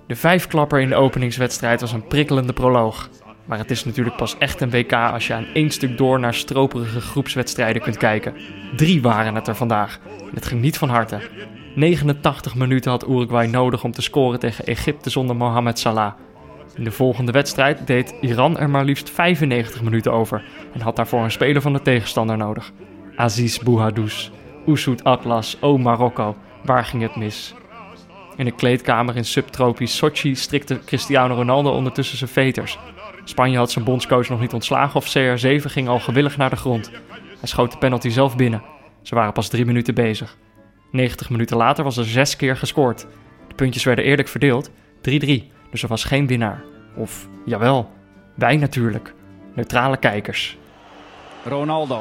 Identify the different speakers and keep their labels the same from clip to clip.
Speaker 1: De 5-klapper in de openingswedstrijd was een prikkelende proloog. Maar het is natuurlijk pas echt een WK als je aan 1 stuk door naar stroperige groepswedstrijden kunt kijken. 3 waren het er vandaag. En het ging niet van harte. 89 minuten had Uruguay nodig om te scoren tegen Egypte zonder Mohamed Salah. In de volgende wedstrijd deed Iran er maar liefst 95 minuten over en had daarvoor een speler van de tegenstander nodig. Aziz Bouhadouz, Oussoud Atlas, Marokko, waar ging het mis? In de kleedkamer in subtropisch Sochi strikte Cristiano Ronaldo ondertussen zijn veters. Spanje had zijn bondscoach nog niet ontslagen of CR7 ging al gewillig naar de grond. Hij schoot de penalty zelf binnen. Ze waren pas 3 minuten bezig. 90 minuten later was er 6 keer gescoord. De puntjes werden eerlijk verdeeld, 3-3, dus er was geen winnaar. Of, jawel, wij natuurlijk, neutrale kijkers.
Speaker 2: Ronaldo.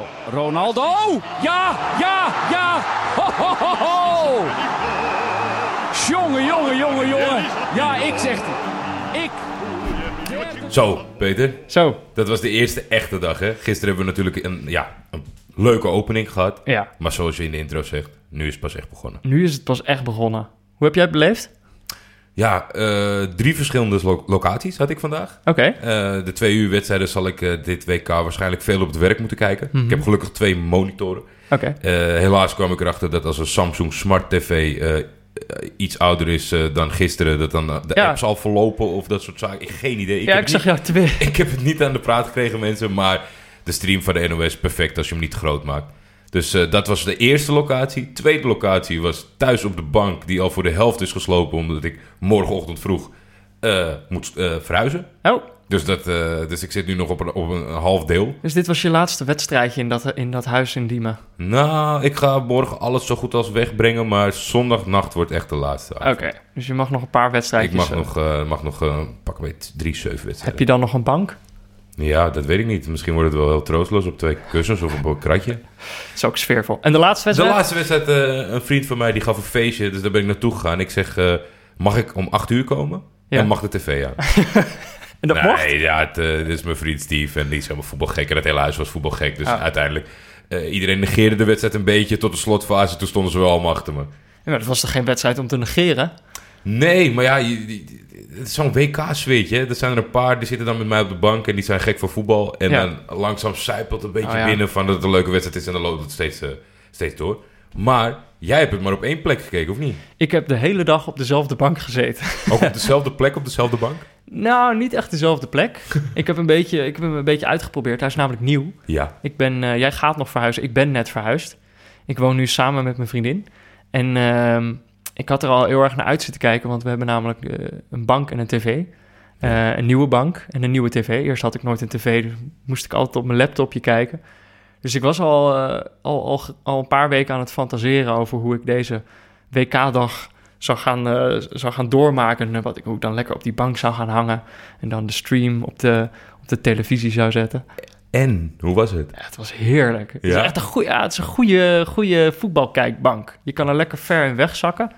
Speaker 2: Ja! Ho, ho, ho, ho! Jongen. Ja, ik zeg het. Ik.
Speaker 3: Zo, Peter.
Speaker 1: Zo.
Speaker 3: Dat was de eerste echte dag, hè? Gisteren hebben we natuurlijk een leuke opening gehad.
Speaker 1: Ja.
Speaker 3: Maar zoals je in de intro zegt, nu is het pas echt begonnen.
Speaker 1: Nu is het pas echt begonnen. Hoe heb jij het beleefd?
Speaker 3: Ja, 3 verschillende locaties had ik vandaag.
Speaker 1: Oké.
Speaker 3: De 2 uur wedstrijden zal ik dit WK waarschijnlijk veel op het werk moeten kijken.
Speaker 1: Mm-hmm.
Speaker 3: Ik heb gelukkig 2 monitoren.
Speaker 1: Oké.
Speaker 3: Helaas kwam ik erachter dat als een Samsung Smart TV iets ouder is dan gisteren, dat dan de app zal verlopen of dat soort zaken. Geen idee.
Speaker 1: Ik zag jou twee.
Speaker 3: Ik heb het niet aan de praat gekregen, mensen, maar de stream van de NOS is perfect als je hem niet groot maakt. Dus dat was de eerste locatie. Tweede locatie was thuis op de bank, die al voor de helft is geslopen, omdat ik morgenochtend vroeg moet verhuizen.
Speaker 1: Oh.
Speaker 3: Dus ik zit nu nog op een half deel.
Speaker 1: Dus dit was je laatste wedstrijdje in dat huis in Diemen?
Speaker 3: Nou, ik ga morgen alles zo goed als wegbrengen, maar zondagnacht wordt echt de laatste.
Speaker 1: Oké, dus je mag nog een paar wedstrijdjes.
Speaker 3: Ik mag nog pak een 3-7 wedstrijden.
Speaker 1: Heb je dan nog een bank?
Speaker 3: Ja, dat weet ik niet. Misschien wordt het wel heel troosteloos op 2 kussens of op een kratje.
Speaker 1: Dat is ook sfeervol. En de laatste wedstrijd?
Speaker 3: De laatste wedstrijd, een vriend van mij die gaf een feestje, dus daar ben ik naartoe gegaan. Ik zeg, mag ik om 8 uur komen? Ja. En mag de tv aan?
Speaker 1: En dat mocht?
Speaker 3: Ja, dit is mijn vriend Steve en die is helemaal voetbalgek. En het hele huis was voetbalgek, dus uiteindelijk... iedereen negeerde de wedstrijd een beetje tot de slotfase. Toen stonden ze wel allemaal achter me.
Speaker 1: Ja, maar dat was toch geen wedstrijd om te negeren?
Speaker 3: Nee, maar ja, het is zo'n WK-sfeertje. Er zijn er een paar, die zitten dan met mij op de bank en die zijn gek voor voetbal. En dan langzaam zijpelt een beetje binnen van dat het een leuke wedstrijd is en dan loopt het steeds door. Maar jij hebt het maar op 1 plek gekeken, of niet?
Speaker 1: Ik heb de hele dag op dezelfde bank gezeten.
Speaker 3: Ook op dezelfde plek, op dezelfde bank?
Speaker 1: Nou, niet echt dezelfde plek. Ik heb hem een beetje uitgeprobeerd. Hij is namelijk nieuw.
Speaker 3: Ja.
Speaker 1: Jij gaat nog verhuizen. Ik ben net verhuisd. Ik woon nu samen met mijn vriendin. En ik had er al heel erg naar uit zitten kijken, want we hebben namelijk een bank en een tv. Een nieuwe bank en een nieuwe tv. Eerst had ik nooit een tv, dus moest ik altijd op mijn laptopje kijken. Dus ik was al een paar weken aan het fantaseren over hoe ik deze WK-dag zou gaan doormaken. Hoe ik dan lekker op die bank zou gaan hangen en dan de stream op de televisie zou zetten.
Speaker 3: En, hoe was het?
Speaker 1: Ja, het was heerlijk. Het is echt een goede voetbalkijkbank. Je kan er lekker ver in wegzakken.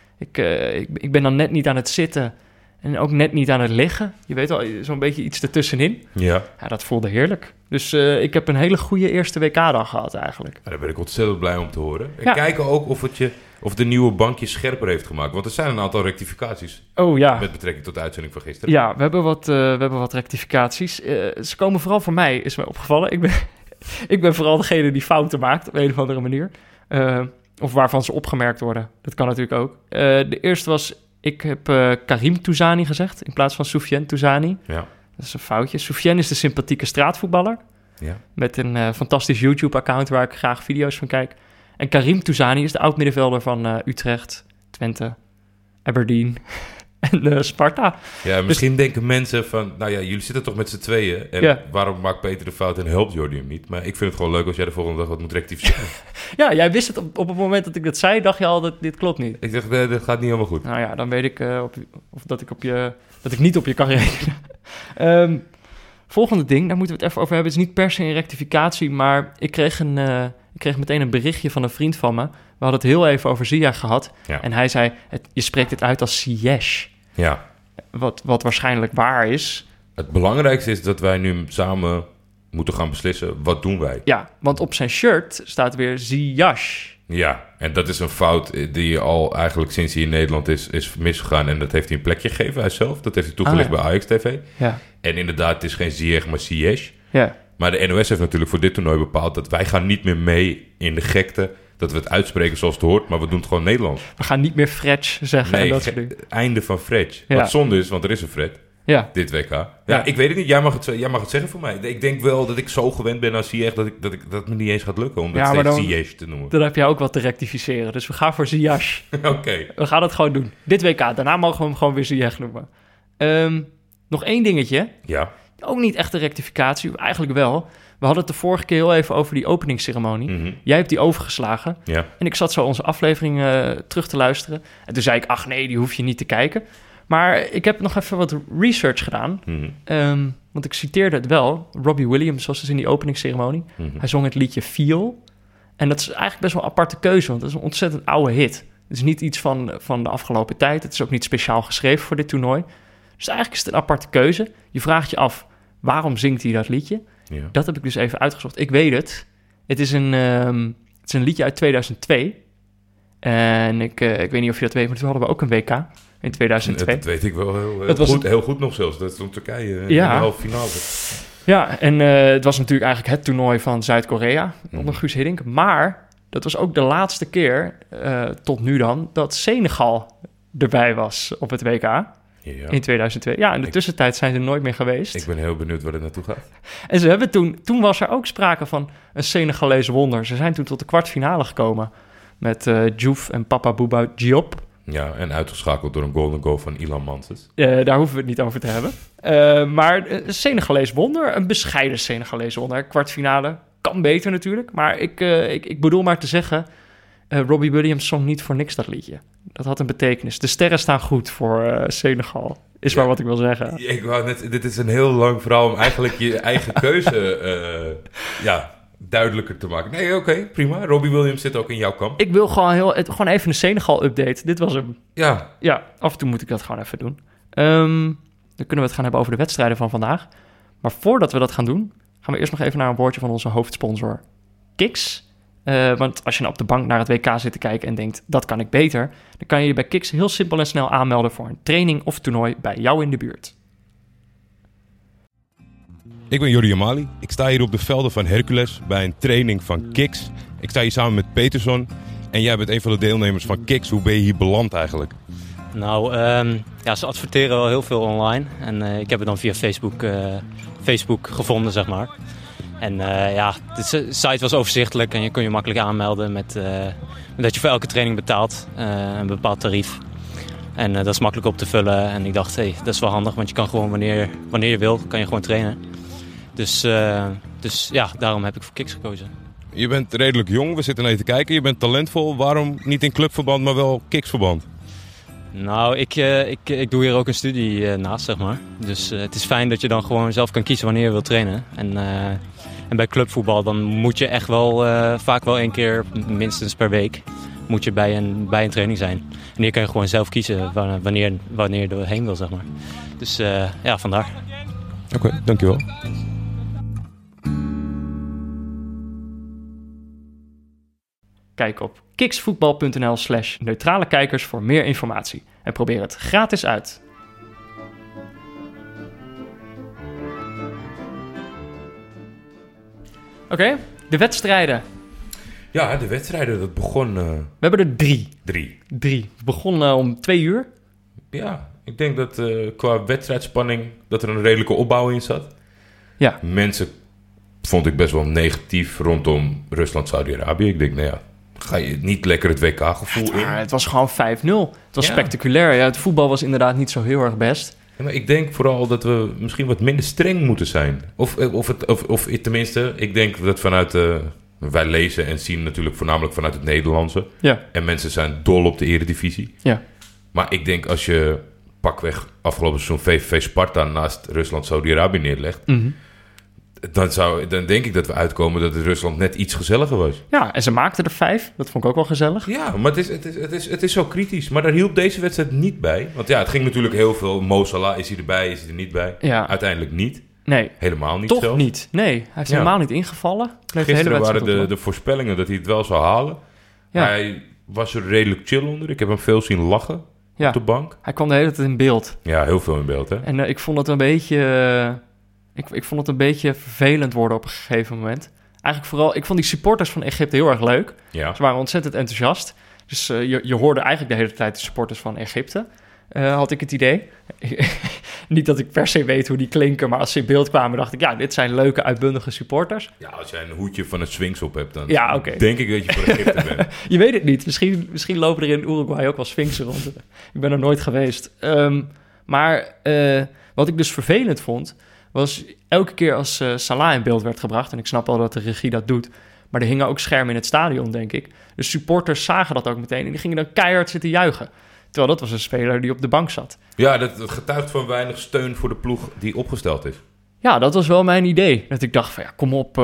Speaker 1: Ik ben dan net niet aan het zitten en ook net niet aan het liggen. Je weet wel, zo'n beetje iets ertussenin.
Speaker 3: Ja,
Speaker 1: dat voelde heerlijk. Dus ik heb een hele goede eerste WK-dag gehad eigenlijk.
Speaker 3: Daar ben ik ontzettend blij om te horen. En kijken ook of de nieuwe bank je scherper heeft gemaakt. Want er zijn een aantal rectificaties.
Speaker 1: Oh ja.
Speaker 3: Met betrekking tot de uitzending van gisteren.
Speaker 1: Ja, we hebben wat rectificaties. Ze komen vooral voor mij, is mij opgevallen. Ik ben vooral degene die fouten maakt op een of andere manier. Of waarvan ze opgemerkt worden. Dat kan natuurlijk ook. De eerste was, ik heb Karim Touzani gezegd in plaats van Soufiane Touzani.
Speaker 3: Ja.
Speaker 1: Dat is een foutje. Soufiane is de sympathieke straatvoetballer.
Speaker 3: Ja.
Speaker 1: Met een fantastisch YouTube-account waar ik graag video's van kijk. En Karim Touzani is de oud-middenvelder van Utrecht, Twente, Aberdeen en Sparta.
Speaker 3: Ja, misschien denken mensen van, nou ja, jullie zitten toch met z'n tweeën. En waarom maakt Peter de fout en helpt Jordi hem niet? Maar ik vind het gewoon leuk als jij de volgende dag wat moet rectificeren.
Speaker 1: Ja, jij wist het op het moment dat ik dat zei, dacht je al dat dit klopt niet.
Speaker 3: Ik dacht, dit gaat niet helemaal goed.
Speaker 1: Nou ja, dan weet ik dat ik niet op je kan rekenen. Volgende ding, daar moeten we het even over hebben. Het is niet per se een rectificatie, maar ik kreeg meteen een berichtje van een vriend van me. We hadden het heel even over Ziyech gehad. Ja. En hij zei, je spreekt het uit als Ziyech.
Speaker 3: Ja.
Speaker 1: Wat waarschijnlijk waar is.
Speaker 3: Het belangrijkste is dat wij nu samen moeten gaan beslissen, wat doen wij?
Speaker 1: Ja, want op zijn shirt staat weer Ziyech.
Speaker 3: Ja, en dat is een fout die al eigenlijk sinds hij in Nederland is misgegaan. En dat heeft hij een plekje gegeven, hij zelf. Dat heeft hij toegelicht bij Ajax TV.
Speaker 1: Ja.
Speaker 3: En inderdaad, het is geen Ziyech, maar Ziyech.
Speaker 1: Ja.
Speaker 3: Maar de NOS heeft natuurlijk voor dit toernooi bepaald dat wij gaan niet meer mee in de gekte. Dat we het uitspreken zoals het hoort, maar we doen het gewoon Nederlands.
Speaker 1: We gaan niet meer Fretch zeggen en dat soort dingen.
Speaker 3: Einde van Fred.
Speaker 1: Ja.
Speaker 3: Wat zonde is, want er is een Fred.
Speaker 1: Ja.
Speaker 3: Dit WK. Ja, ik weet het niet. Jij mag het zeggen voor mij. Ik denk wel dat ik zo gewend ben aan Ziyech dat het me niet eens gaat lukken om dat steeds Ziyech te noemen.
Speaker 1: Dan heb jij ook wat te rectificeren. Dus we gaan voor Ziyech.
Speaker 3: Oké.
Speaker 1: We gaan het gewoon doen. Dit WK. Daarna mogen we hem gewoon weer Ziyech noemen. Nog één dingetje.
Speaker 3: Ja.
Speaker 1: Ook niet echt een rectificatie. Eigenlijk wel. We hadden het de vorige keer heel even over die openingsceremonie.
Speaker 3: Mm-hmm.
Speaker 1: Jij hebt die overgeslagen.
Speaker 3: Ja.
Speaker 1: En ik zat zo onze aflevering terug te luisteren. En toen zei ik, ach nee, die hoef je niet te kijken. Maar ik heb nog even wat research gedaan.
Speaker 3: Mm-hmm.
Speaker 1: Want ik citeerde het wel. Robbie Williams was dus in die openingsceremonie.
Speaker 3: Mm-hmm.
Speaker 1: Hij zong het liedje Feel. En dat is eigenlijk best wel een aparte keuze. Want dat is een ontzettend oude hit. Het is niet iets van de afgelopen tijd. Het is ook niet speciaal geschreven voor dit toernooi. Dus eigenlijk is het een aparte keuze. Je vraagt je af, waarom zingt hij dat liedje?
Speaker 3: Ja.
Speaker 1: Dat heb ik dus even uitgezocht. Ik weet het. Het is een liedje uit 2002. En ik weet niet of je dat weet, maar toen hadden we ook een WK in 2002.
Speaker 3: Dat weet ik wel heel goed nog zelfs. Dat stond Turkije in de halve finale.
Speaker 1: Ja, en het was natuurlijk eigenlijk het toernooi van Zuid-Korea onder Guus Hiddink. Maar dat was ook de laatste keer, tot nu dan, dat Senegal erbij was op het WK. Ja. In 2002. Ja, in de tussentijd zijn ze nooit meer geweest.
Speaker 3: Ik ben heel benieuwd waar het naartoe gaat.
Speaker 1: En ze hebben toen was er ook sprake van een Senegalese wonder. Ze zijn toen tot de kwartfinale gekomen met Diouf en Papa Bouba Diop.
Speaker 3: Ja, en uitgeschakeld door een golden goal van Ilan Manses.
Speaker 1: Daar hoeven we het niet over te hebben. Maar een Senegalese wonder, een bescheiden Senegalese wonder. Kwartfinale kan beter natuurlijk. Maar ik bedoel maar te zeggen, Robbie Williams zong niet voor niks dat liedje. Dat had een betekenis. De sterren staan goed voor Senegal. Is maar wat ik wil zeggen.
Speaker 3: Ik wou net, dit is een heel lang verhaal om eigenlijk je eigen keuze duidelijker te maken. Nee, oké, prima. Robbie Williams zit ook in jouw kamp.
Speaker 1: Ik wil gewoon even een Senegal-update. Dit was hem.
Speaker 3: Ja,
Speaker 1: af en toe moet ik dat gewoon even doen. Dan kunnen we het gaan hebben over de wedstrijden van vandaag. Maar voordat we dat gaan doen, gaan we eerst nog even naar een woordje van onze hoofdsponsor Kiks. Want als je nou op de bank naar het WK zit te kijken en denkt, dat kan ik beter, dan kan je je bij Kiks heel simpel en snel aanmelden voor een training of toernooi bij jou in de buurt.
Speaker 4: Ik ben Jordi Amali. Ik sta hier op de velden van Hercules bij een training van Kiks. Ik sta hier samen met Peterson en jij bent een van de deelnemers van Kiks. Hoe ben je hier beland eigenlijk?
Speaker 5: Nou, ze adverteren wel heel veel online en ik heb het dan via Facebook gevonden, zeg maar. En de site was overzichtelijk en je kon je makkelijk aanmelden met dat je voor elke training betaalt, een bepaald tarief. En dat is makkelijk op te vullen en ik dacht, dat is wel handig, want je kan gewoon wanneer je wil, kan je gewoon trainen. Dus daarom heb ik voor Kiks gekozen.
Speaker 4: Je bent redelijk jong, we zitten naar je te kijken, je bent talentvol. Waarom niet in clubverband, maar wel Kiksverband?
Speaker 5: Nou, ik doe hier ook een studie naast, zeg maar. Dus het is fijn dat je dan gewoon zelf kan kiezen wanneer je wilt trainen. En bij clubvoetbal dan moet je echt wel vaak wel 1 keer minstens per week moet je bij een training zijn. En hier kan je gewoon zelf kiezen wanneer je erheen wil, zeg maar. Dus vandaar.
Speaker 4: Oké, dankjewel.
Speaker 1: Kijk op kiksvoetbal.nl/neutrale kijkers voor meer informatie. En probeer het gratis uit. Oké, de wedstrijden.
Speaker 3: Ja, de wedstrijden, dat begon...
Speaker 1: We hebben er 3.
Speaker 3: 3.
Speaker 1: Het begon om 2 uur.
Speaker 3: Ja, ik denk dat qua wedstrijdspanning dat er een redelijke opbouw in zat.
Speaker 1: Ja.
Speaker 3: Mensen vond ik best wel negatief rondom Rusland-Saudi-Arabië. Ik denk, ga je niet lekker het WK-gevoel in?
Speaker 1: Het was gewoon 5-0. Het was spectaculair. Ja, het voetbal was inderdaad niet zo heel erg best.
Speaker 3: Ja, maar ik denk vooral dat we misschien wat minder streng moeten zijn. Of tenminste, ik denk dat vanuit... wij lezen en zien natuurlijk voornamelijk vanuit het Nederlandse.
Speaker 1: Ja.
Speaker 3: En mensen zijn dol op de eredivisie.
Speaker 1: Ja.
Speaker 3: Maar ik denk als je pakweg afgelopen seizoen VVV Sparta naast Rusland-Saudi-Arabië neerlegt...
Speaker 1: Mm-hmm.
Speaker 3: Dan denk ik dat we uitkomen dat het Rusland net iets gezelliger was.
Speaker 1: Ja, en ze maakten er 5. Dat vond ik ook wel gezellig.
Speaker 3: Ja, maar het is zo kritisch. Maar daar hielp deze wedstrijd niet bij. Want het ging natuurlijk heel veel. Mo Salah, is hij erbij, is hij er niet bij?
Speaker 1: Ja.
Speaker 3: Uiteindelijk niet.
Speaker 1: Nee.
Speaker 3: Helemaal niet
Speaker 1: Toch
Speaker 3: zelfs.
Speaker 1: niet. Nee, hij heeft helemaal niet ingevallen.
Speaker 3: Gisteren waren de voorspellingen dat hij het wel zou halen.
Speaker 1: Ja.
Speaker 3: Hij was er redelijk chill onder. Ik heb hem veel zien lachen
Speaker 1: Ja.
Speaker 3: op de bank.
Speaker 1: Hij kwam de hele tijd in beeld.
Speaker 3: Ja, heel veel in beeld, hè?
Speaker 1: En ik vond het een beetje... ik vond het een beetje vervelend worden op een gegeven moment. Eigenlijk vooral... Ik vond die supporters van Egypte heel erg leuk.
Speaker 3: Ja.
Speaker 1: Ze waren ontzettend enthousiast. Dus je hoorde eigenlijk de hele tijd de supporters van Egypte. Had ik het idee. Niet dat ik per se weet hoe die klinken, maar als ze in beeld kwamen, dacht ik, ja, dit zijn leuke, uitbundige supporters.
Speaker 3: Ja, als jij een hoedje van een Sphinx op hebt, dan
Speaker 1: Ja, oké.
Speaker 3: denk ik dat je voor Egypte bent.
Speaker 1: Je weet het niet. Misschien lopen er in Uruguay ook wel Sphinxen rond. Ik ben er nooit geweest. Maar wat ik dus vervelend vond, was elke keer als Salah in beeld werd gebracht, en ik snap wel dat de regie dat doet, maar er hingen ook schermen in het stadion, denk ik. De supporters zagen dat ook meteen en die gingen dan keihard zitten juichen. Terwijl dat was een speler die op de bank zat.
Speaker 3: Ja, dat getuigt van weinig steun voor de ploeg die opgesteld is.
Speaker 1: Ja, dat was wel mijn idee. Dat ik dacht van, ja, kom op.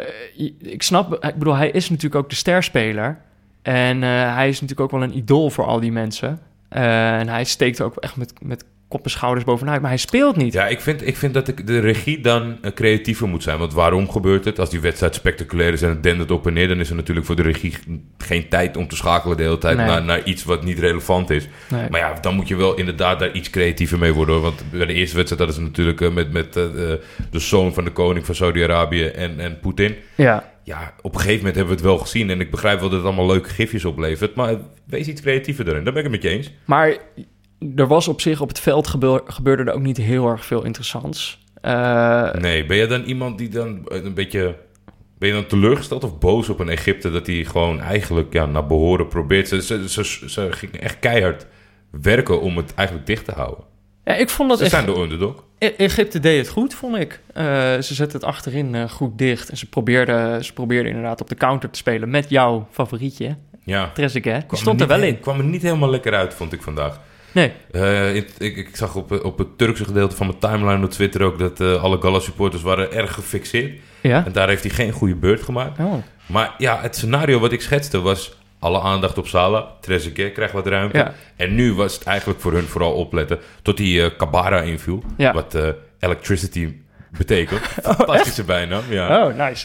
Speaker 1: Ik bedoel, hij is natuurlijk ook de sterspeler. En hij is natuurlijk ook wel een idool voor al die mensen. En hij steekt ook echt met kop en schouders bovenuit. Maar hij speelt niet.
Speaker 3: Ja, ik vind dat de regie dan creatiever moet zijn. Want waarom gebeurt het? Als die wedstrijd spectaculair is en het dendert op en neer, dan is er natuurlijk voor de regie geen tijd om te schakelen de hele tijd naar iets wat niet relevant is.
Speaker 1: Nee.
Speaker 3: Maar ja, dan moet je wel inderdaad daar iets creatiever mee worden, hoor. Want bij de eerste wedstrijd hadden ze natuurlijk met de zoon van de koning van Saudi-Arabië en Poetin.
Speaker 1: Ja.
Speaker 3: Ja, op een gegeven moment hebben we het wel gezien. En ik begrijp wel dat het allemaal leuke gifjes oplevert. Maar wees iets creatiever erin. Daar ben ik het met je eens.
Speaker 1: Maar er was op zich op het veld gebeurde er ook niet heel erg veel interessants.
Speaker 3: Nee, ben je dan iemand die dan een beetje... Ben je dan teleurgesteld of boos op een Egypte dat hij gewoon eigenlijk naar behoren probeert? Ze gingen echt keihard werken om het eigenlijk dicht te houden.
Speaker 1: Ja, ik vond dat
Speaker 3: Ze zijn de underdog.
Speaker 1: Egypte deed het goed, vond ik. Ze zetten het achterin goed dicht. En ze probeerden inderdaad op de counter te spelen met jouw favorietje,
Speaker 3: Ja.
Speaker 1: Trezeguet. Die stond er wel in.
Speaker 3: Kwam er niet helemaal lekker uit, vond ik vandaag.
Speaker 1: Nee.
Speaker 3: Ik zag op het Turkse gedeelte van mijn timeline op Twitter ook dat alle Gala-supporters waren erg gefixeerd.
Speaker 1: Ja?
Speaker 3: En daar heeft hij geen goede beurt gemaakt.
Speaker 1: Oh.
Speaker 3: Maar ja, het scenario wat ik schetste was alle aandacht op Salah. Trezeguet krijgt wat ruimte.
Speaker 1: Ja.
Speaker 3: En nu was het eigenlijk voor hun vooral opletten tot die Kabara inviel.
Speaker 1: Ja.
Speaker 3: Wat electricity betekent. Fantastische bijnaam. Ja.
Speaker 1: Oh, nice.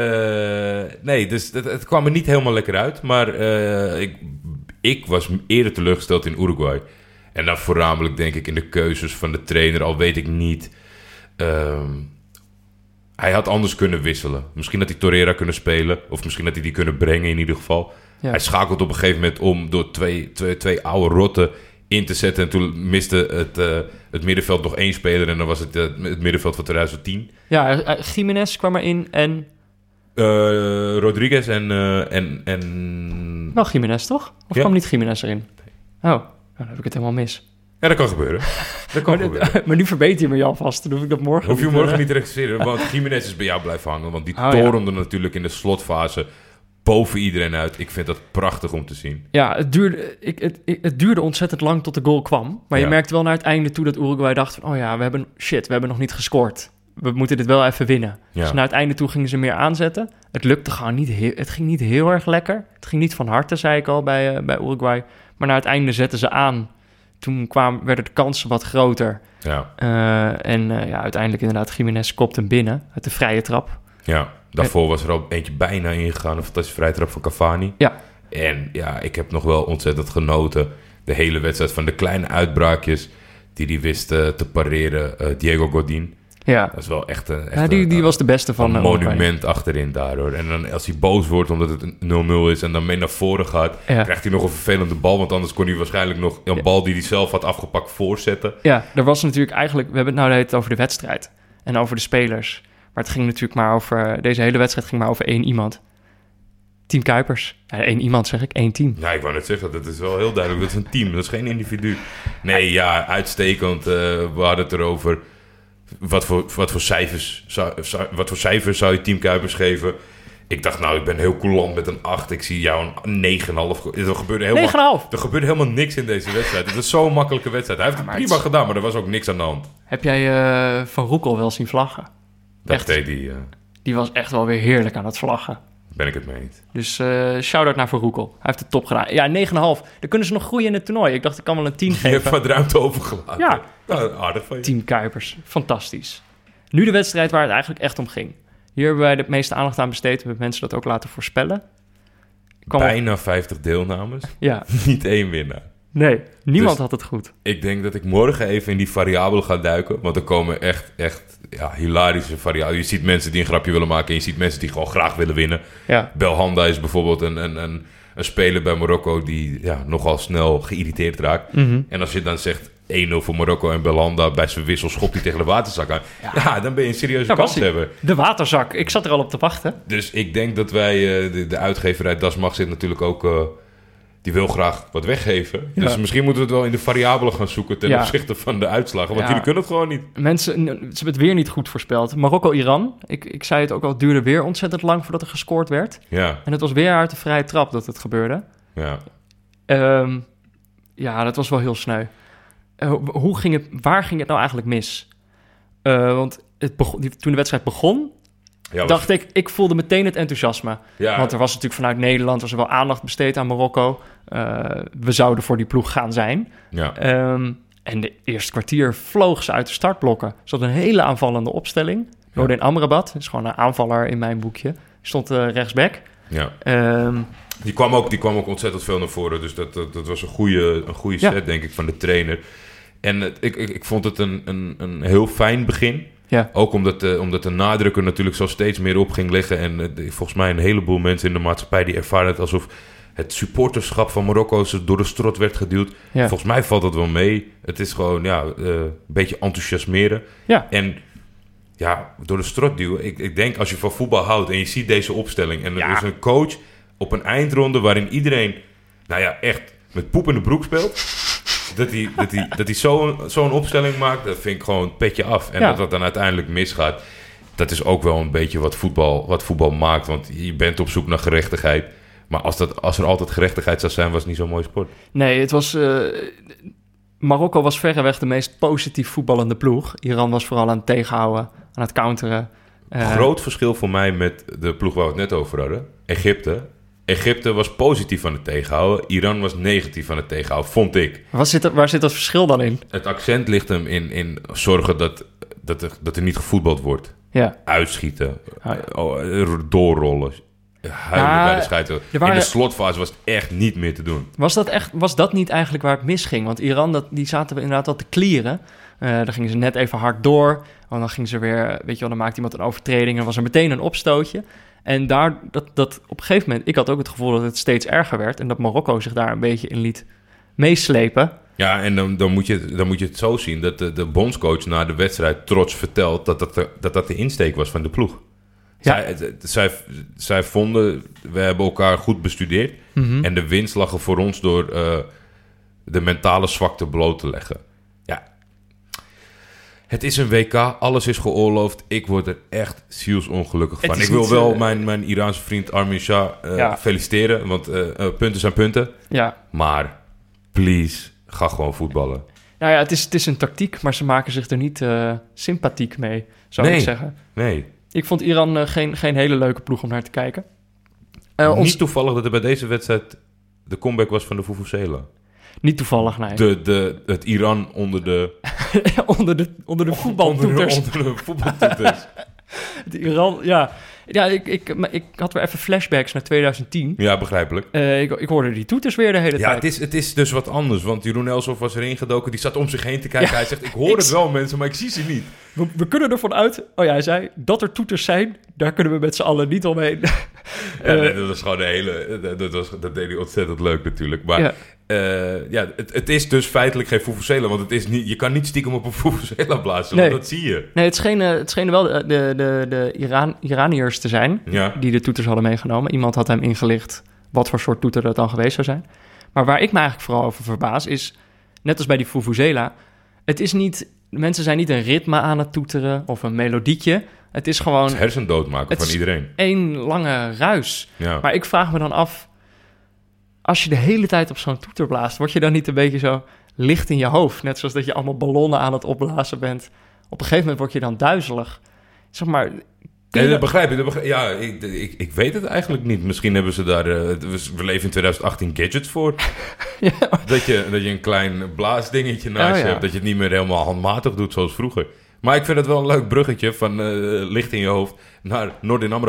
Speaker 3: Nee, dus het kwam er niet helemaal lekker uit. Maar ik was eerder teleurgesteld in Uruguay. En dan voornamelijk denk ik in de keuzes van de trainer. Al weet ik niet... hij had anders kunnen wisselen. Misschien had hij Torreira kunnen spelen. Of misschien had hij die kunnen brengen in ieder geval.
Speaker 1: Ja.
Speaker 3: Hij schakelt op een gegeven moment om door twee oude rotten in te zetten. En toen miste het middenveld nog 1 speler. En dan was het middenveld van 2010.
Speaker 1: Ja, Jiménez kwam erin en...
Speaker 3: Rodriguez en...
Speaker 1: Nou, Jiménez toch? Of
Speaker 3: Ja.
Speaker 1: kwam niet Jiménez erin? Oh, dan heb ik het helemaal mis.
Speaker 3: Ja, dat kan gebeuren. Dat kan gebeuren.
Speaker 1: Maar nu verbeter je me je alvast. Dan hoef ik dat morgen
Speaker 3: Hoef je
Speaker 1: niet,
Speaker 3: morgen niet te recenseren. Want Jiménez is bij jou blijven hangen. Want die
Speaker 1: Oh, ja.
Speaker 3: torende natuurlijk in de slotfase boven iedereen uit. Ik vind dat prachtig om te zien.
Speaker 1: Ja, het duurde ontzettend lang tot de goal kwam. Maar je
Speaker 3: Ja.
Speaker 1: merkte wel naar het einde toe dat Uruguay dacht van... oh ja, we hebben nog niet gescoord. We moeten dit wel even winnen.
Speaker 3: Ja.
Speaker 1: Dus naar het einde toe gingen ze meer aanzetten. Het lukte gewoon niet. Het ging niet heel erg lekker. Het ging niet van harte, zei ik al bij Uruguay. Maar naar het einde zetten ze aan. Toen werden de kansen wat groter.
Speaker 3: Ja.
Speaker 1: Uiteindelijk inderdaad Jiménez kopt hem binnen uit de vrije trap.
Speaker 3: Ja. Daarvoor was er al eentje bijna ingegaan. Een fantastische vrije trap van Cavani.
Speaker 1: Ja.
Speaker 3: En ja, ik heb nog wel ontzettend genoten. De hele wedstrijd van de kleine uitbraakjes die hij wist te pareren. Diego Godin.
Speaker 1: Ja,
Speaker 3: Dat is wel echt
Speaker 1: die was de beste van
Speaker 3: een
Speaker 1: Uruguay.
Speaker 3: monument achterin daardoor. En dan als hij boos wordt omdat het 0-0 is en dan mee naar voren gaat,
Speaker 1: Ja.
Speaker 3: krijgt hij nog een vervelende bal. Want anders kon hij waarschijnlijk nog een bal die hij zelf had afgepakt voorzetten.
Speaker 1: Ja, er was natuurlijk eigenlijk... We hebben het nou de hele tijd over de wedstrijd en over de spelers. Maar het ging natuurlijk maar over... Deze hele wedstrijd ging maar over 1 iemand. Team Kuipers. Ja, 1 iemand zeg ik, 1 team.
Speaker 3: Ja, ik wou net zeggen, dat is wel heel duidelijk. Dat is een team, dat is geen individu. Nee, ja, uitstekend. We hadden het erover. Wat voor cijfers zou je Team Kuipers geven? Ik dacht, nou, ik ben heel coulant met een 8. Ik zie jou een 9,5. Er gebeurde helemaal niks in deze wedstrijd. Het is zo'n makkelijke wedstrijd. Hij heeft het prima gedaan, maar er was ook niks aan de hand.
Speaker 1: Heb jij Van Roekel wel zien vlaggen?
Speaker 3: Dat
Speaker 1: Echt?
Speaker 3: deed hij.
Speaker 1: Die was echt wel weer heerlijk aan het vlaggen.
Speaker 3: Ben ik het mee eens.
Speaker 1: Dus shout-out naar Van Roekel. Hij heeft het top gedaan. Ja, 9,5. Dan kunnen ze nog groeien in het toernooi. Ik dacht, ik kan wel een 10
Speaker 3: Je hebt
Speaker 1: geven.
Speaker 3: wat ruimte overgelaten.
Speaker 1: Ja.
Speaker 3: Nou, aardig van je.
Speaker 1: Team Kuipers. Fantastisch. Nu de wedstrijd waar het eigenlijk echt om ging. Hier hebben wij de meeste aandacht aan besteed. We hebben mensen dat ook laten voorspellen.
Speaker 3: bijna 50 deelnames.
Speaker 1: Ja.
Speaker 3: Niet 1 winnaar.
Speaker 1: Nee, niemand
Speaker 3: Dus
Speaker 1: had het goed.
Speaker 3: Ik denk dat ik morgen even in die variabelen ga duiken. Want er komen echt hilarische variabelen. Je ziet mensen die een grapje willen maken. En je ziet mensen die gewoon graag willen winnen.
Speaker 1: Ja.
Speaker 3: Belhanda is bijvoorbeeld een speler bij Marokko die nogal snel geïrriteerd raakt.
Speaker 1: Mhm.
Speaker 3: En als je dan zegt 1-0 voor Marokko en Belhanda bij zijn wissel schopt hij tegen de waterzak aan. Ja, dan ben je een serieuze
Speaker 1: Daar
Speaker 3: kans
Speaker 1: was hij.
Speaker 3: hebben.
Speaker 1: De waterzak. Ik zat er al op te wachten.
Speaker 3: Dus ik denk dat wij, de uitgeverij Das Mag zit natuurlijk ook, die wil graag wat weggeven.
Speaker 1: Ja.
Speaker 3: Dus misschien moeten we het wel in de variabelen gaan zoeken ten
Speaker 1: Ja.
Speaker 3: opzichte van de uitslagen. Want
Speaker 1: Ja.
Speaker 3: jullie kunnen het gewoon niet.
Speaker 1: Mensen, ze hebben het weer niet goed voorspeld. Marokko-Iran. Ik zei het ook al, het duurde weer ontzettend lang voordat er gescoord werd.
Speaker 3: Ja,
Speaker 1: En het was weer uit de vrije trap dat het gebeurde.
Speaker 3: ja.
Speaker 1: Ja, dat was wel heel sneu. Waar ging het nou eigenlijk mis? Want toen de wedstrijd begon, dacht ik voelde meteen het enthousiasme.
Speaker 3: Ja,
Speaker 1: Want er was natuurlijk vanuit Nederland was er wel aandacht besteed aan Marokko. We zouden voor die ploeg gaan zijn.
Speaker 3: ja.
Speaker 1: En de eerste kwartier vloog ze uit de startblokken. Ze had een hele aanvallende opstelling. Nordin Amrabat, is gewoon een aanvaller in mijn boekje. Stond rechtsback.
Speaker 3: Ja.
Speaker 1: Ehm,
Speaker 3: Die kwam ook ontzettend veel naar voren. Dus dat was een goede
Speaker 1: Ja.
Speaker 3: set, denk ik, van de trainer. En ik vond het een heel fijn begin.
Speaker 1: Ja.
Speaker 3: Ook omdat de nadruk er natuurlijk zo steeds meer op ging liggen. En volgens mij een heleboel mensen in de maatschappij die ervaren het alsof het supporterschap van Marokko door de strot werd geduwd.
Speaker 1: Ja.
Speaker 3: Volgens mij valt dat wel mee. Het is gewoon een beetje enthousiasmeren.
Speaker 1: Ja.
Speaker 3: En door de strot duwen. Ik denk als je van voetbal houdt en je ziet deze opstelling. En er is een coach op een eindronde waarin iedereen echt met poep in de broek speelt. Dat hij zo'n opstelling maakt, dat vind ik gewoon petje af. En dat dan uiteindelijk misgaat, dat is ook wel een beetje wat voetbal maakt. Want je bent op zoek naar gerechtigheid. Maar als er altijd gerechtigheid zou zijn, was het niet zo'n mooie sport.
Speaker 1: Nee, het was... Marokko was verreweg de meest positief voetballende ploeg. Iran was vooral aan het tegenhouden, aan het counteren.
Speaker 3: Groot verschil voor mij met de ploeg waar we het net over hadden. Egypte. Egypte was positief aan het tegenhouden. Iran was negatief aan het tegenhouden, vond ik.
Speaker 1: Waar zit dat verschil dan in?
Speaker 3: Het accent ligt hem in zorgen dat er niet gevoetbald wordt.
Speaker 1: Ja.
Speaker 3: Uitschieten. Doorrollen. Huilen bij de scheidsrechter. In de slotfase was het echt niet meer te doen.
Speaker 1: Was dat niet eigenlijk waar het misging? Want Iran, die zaten we inderdaad al te clearen. Dan gingen ze net even hard door. Want dan gingen ze weer, dan maakte iemand een overtreding. En was er meteen een opstootje. En dat op een gegeven moment, ik had ook het gevoel dat het steeds erger werd. En dat Marokko zich daar een beetje in liet meeslepen.
Speaker 3: Ja, en dan moet je het zo zien dat de bondscoach na de wedstrijd trots vertelt dat de insteek was van de ploeg.
Speaker 1: Ja.
Speaker 3: Zij vonden, we hebben elkaar goed bestudeerd.
Speaker 1: Mm-hmm.
Speaker 3: En de winst lag er voor ons door de mentale zwakte bloot te leggen. Ja. Het is een WK, alles is geoorloofd. Ik word er echt zielsongelukkig van. Ik wil wel mijn Iraanse vriend Armin Shah feliciteren. Want punten zijn punten.
Speaker 1: Ja.
Speaker 3: Maar please, ga gewoon voetballen.
Speaker 1: Nou ja, het is een tactiek, maar ze maken zich er niet sympathiek mee, zou ik zeggen.
Speaker 3: Nee.
Speaker 1: Ik vond Iran geen hele leuke ploeg om naar te kijken.
Speaker 3: Niet toevallig dat er bij deze wedstrijd de comeback was van de Vuvuzela.
Speaker 1: Niet toevallig, nee.
Speaker 3: Het Iran onder de...
Speaker 1: onder de voetbaltoeters.
Speaker 3: Onder de voetbaltoeters.
Speaker 1: Het Iran, ja. Ja, ik had weer even flashbacks naar 2010.
Speaker 3: Ja, begrijpelijk.
Speaker 1: Ik hoorde die toeters weer de hele tijd.
Speaker 3: Ja, het is dus wat anders. Want Jeroen Elshoff was erin gedoken. Die zat om zich heen te kijken. Ja, hij zegt, ik hoor het wel mensen, maar ik zie ze niet.
Speaker 1: We kunnen ervan uit... Oh ja, hij zei, dat er toeters zijn... Daar kunnen we met z'n allen niet omheen.
Speaker 3: Dat was gewoon de hele... Dat deed hij ontzettend leuk natuurlijk. Maar het is dus feitelijk geen Vuvuzela. Want het is niet, je kan niet stiekem op een Vuvuzela blazen.
Speaker 1: Nee.
Speaker 3: Want dat zie je.
Speaker 1: Nee, het schenen wel de Iraniërs te zijn... die de toeters hadden meegenomen. Iemand had hem ingelicht wat voor soort toeter dat dan geweest zou zijn. Maar waar ik me eigenlijk vooral over verbaas is... net als bij die Vuvuzela... het is niet... mensen zijn niet een ritme aan het toeteren... of een melodietje. Het is gewoon...
Speaker 3: Het is hersendood maken van iedereen.
Speaker 1: Eén lange ruis. Ja. Maar ik vraag me dan af... als je de hele tijd op zo'n toeter blaast... word je dan niet een beetje zo licht in je hoofd? Net zoals dat je allemaal ballonnen aan het opblazen bent. Op een gegeven moment word je dan duizelig. Zeg maar...
Speaker 3: Nee, dat begrijp ik. Ja, ik weet het eigenlijk niet. Misschien hebben ze daar... we leven in 2018 gadgets voor. Ja. Dat je een klein blaasdingetje naast je hebt. Dat je het niet meer helemaal handmatig doet zoals vroeger. Maar ik vind het wel een leuk bruggetje van licht in je hoofd naar Nordin Amrabat.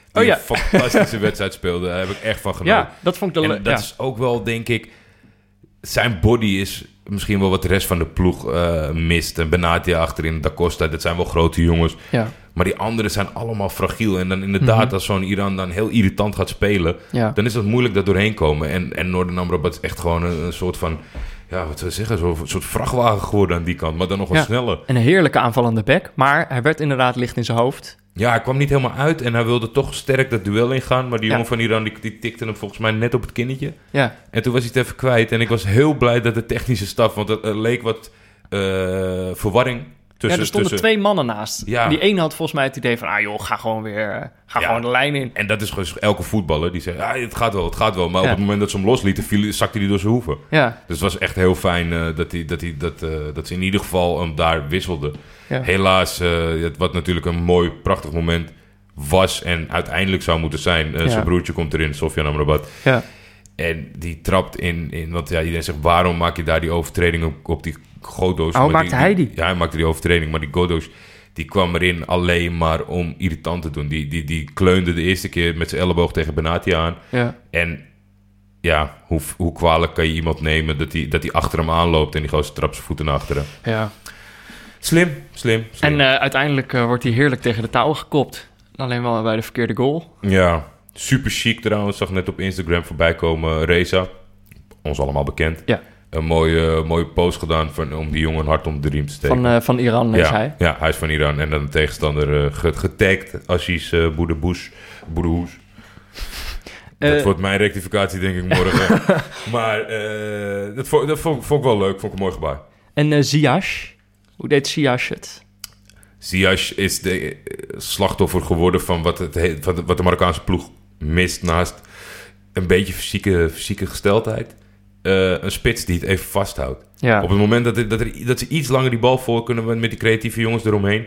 Speaker 3: Die een fantastische wedstrijd speelde. Daar heb ik echt van genoten.
Speaker 1: Ja, dat vond ik
Speaker 3: dat is ook wel, denk ik... Zijn body is misschien wel wat de rest van de ploeg mist. En Benatia achterin, Da Costa, dat zijn wel grote jongens.
Speaker 1: Ja.
Speaker 3: Maar die anderen zijn allemaal fragiel. En dan inderdaad, als zo'n Iran dan heel irritant gaat spelen... dan is het moeilijk daar doorheen komen. En Noordan Amrabat is echt gewoon een soort van... Ja, wat zou je zeggen? Zo'n soort vrachtwagen geworden aan die kant. Maar dan nog wat sneller.
Speaker 1: Een heerlijke aanvallende back. Maar hij werd inderdaad licht in zijn hoofd.
Speaker 3: Ja, hij kwam niet helemaal uit. En hij wilde toch sterk dat duel ingaan. Maar die jongen van Iran, die tikte hem volgens mij net op het kinnetje. Ja. En toen was hij het even kwijt. En ik was heel blij dat de technische staf... Want het leek wat verwarring tussen...
Speaker 1: Ja, er stonden 2 mannen naast. Ja. Die ene had volgens mij het idee van... ga gewoon weer... gewoon de lijn in.
Speaker 3: En dat is gewoon elke voetballer die zegt... het gaat wel. Maar op het moment dat ze hem loslieten... zakte hij door zijn hoeven. Ja. Dus het was echt heel fijn dat ze in ieder geval hem daar wisselden. Ja. Helaas, wat natuurlijk een mooi, prachtig moment was... en uiteindelijk zou moeten zijn. Zijn broertje komt erin, Sofyan Amrabat. Ja. En die trapt in... Want iedereen zegt... waarom maak je daar die overtreding op die Godos?
Speaker 1: Hoe maakte hij die?
Speaker 3: Ja, hij maakte die overtreding. Maar die Godos... die kwam erin alleen maar om irritant te doen. Die kleunde de eerste keer met zijn elleboog tegen Benatia aan. Ja. En ja, hoe kwalijk kan je iemand nemen... dat hij achter hem aanloopt... en die gozer trapt zijn voeten naar achteren. Ja. Slim. En
Speaker 1: uiteindelijk wordt hij heerlijk tegen de touwen gekopt. Alleen wel bij de verkeerde goal.
Speaker 3: Ja, super chic trouwens. Zag net op Instagram voorbij komen. Reza, ons allemaal bekend. Ja. Een mooie post gedaan om die jongen een hart om de riem te steken.
Speaker 1: Van Iran is hij.
Speaker 3: Ja, hij is van Iran. En dan de tegenstander getagd. Aziz Boudehoush. Dat wordt mijn rectificatie, denk ik, morgen. Maar dat vond ik wel leuk. Vond ik een mooi gebaar.
Speaker 1: En Ziyech? Hoe deed Ziyech het?
Speaker 3: Ziyech is de slachtoffer geworden van wat de Marokkaanse ploeg mist... naast een beetje fysieke gesteldheid. Een spits die het even vasthoudt. Ja. Op het moment dat ze iets langer die bal voor kunnen... met die creatieve jongens eromheen...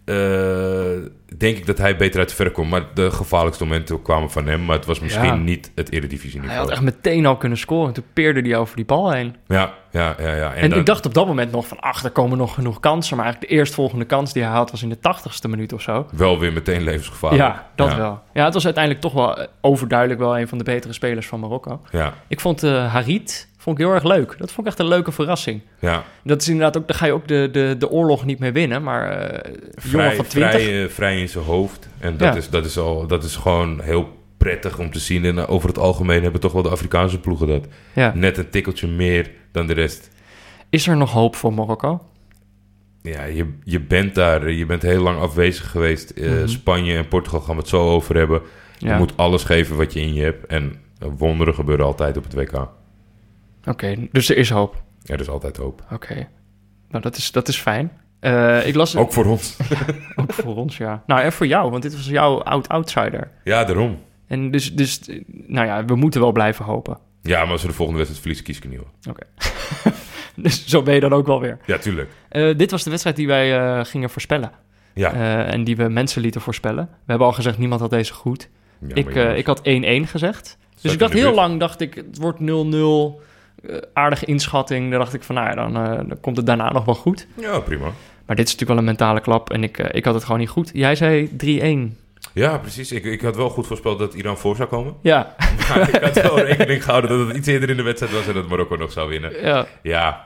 Speaker 3: denk ik dat hij beter uit de verf komt. Maar de gevaarlijkste momenten kwamen van hem. Maar het was misschien niet het Eredivisie-niveau.
Speaker 1: Hij had echt meteen al kunnen scoren. Toen peerde hij over die bal heen.
Speaker 3: Ja.
Speaker 1: En ik dacht op dat moment nog van... er komen nog genoeg kansen. Maar eigenlijk de eerstvolgende kans die hij had... was in de 80ste minuut of zo.
Speaker 3: Wel weer meteen levensgevaarlijk.
Speaker 1: Ja, dat wel. Ja, het was uiteindelijk toch wel overduidelijk... wel een van de betere spelers van Marokko. Ja. Ik vond Harit... vond ik heel erg leuk. Dat vond ik echt een leuke verrassing. Ja. Dat is inderdaad ook... daar ga je ook de oorlog niet mee winnen. Maar jongen van 20...
Speaker 3: Vrij in zijn hoofd. En dat is gewoon heel prettig om te zien. En over het algemeen hebben toch wel de Afrikaanse ploegen dat. Ja. Net een tikkeltje meer dan de rest.
Speaker 1: Is er nog hoop voor Marokko?
Speaker 3: Ja, je bent daar. Je bent heel lang afwezig geweest. Spanje en Portugal gaan we het zo over hebben. Je moet alles geven wat je in je hebt. En wonderen gebeuren altijd op het WK.
Speaker 1: Oké, dus er is hoop.
Speaker 3: Ja, er is altijd hoop.
Speaker 1: Oké. Nou, dat is fijn. Ik las...
Speaker 3: Ook voor ons.
Speaker 1: Ook voor ons, ja. Nou, en voor jou, want dit was jouw outsider.
Speaker 3: Ja, daarom.
Speaker 1: En dus, nou ja, we moeten wel blijven hopen.
Speaker 3: Ja, maar als we de volgende wedstrijd verliezen, kies ik een nieuwe.
Speaker 1: Oké. Dus zo ben je dan ook wel weer.
Speaker 3: Ja, tuurlijk.
Speaker 1: Dit was de wedstrijd die wij gingen voorspellen. Ja. En die we mensen lieten voorspellen. We hebben al gezegd, niemand had deze goed. Ja, ik had 1-1 gezegd. Dus ik dacht heel lang, het wordt 0-0... aardige inschatting. Daar dacht ik van, nou ja, dan komt het daarna nog wel goed.
Speaker 3: Ja, prima.
Speaker 1: Maar dit is natuurlijk wel een mentale klap. En ik had het gewoon niet goed. Jij zei 3-1.
Speaker 3: Ja, precies. Ik had wel goed voorspeld dat Iran voor zou komen.
Speaker 1: Ja.
Speaker 3: Maar ik had wel rekening gehouden dat het iets eerder in de wedstrijd was... en dat Marokko nog zou winnen. Ja.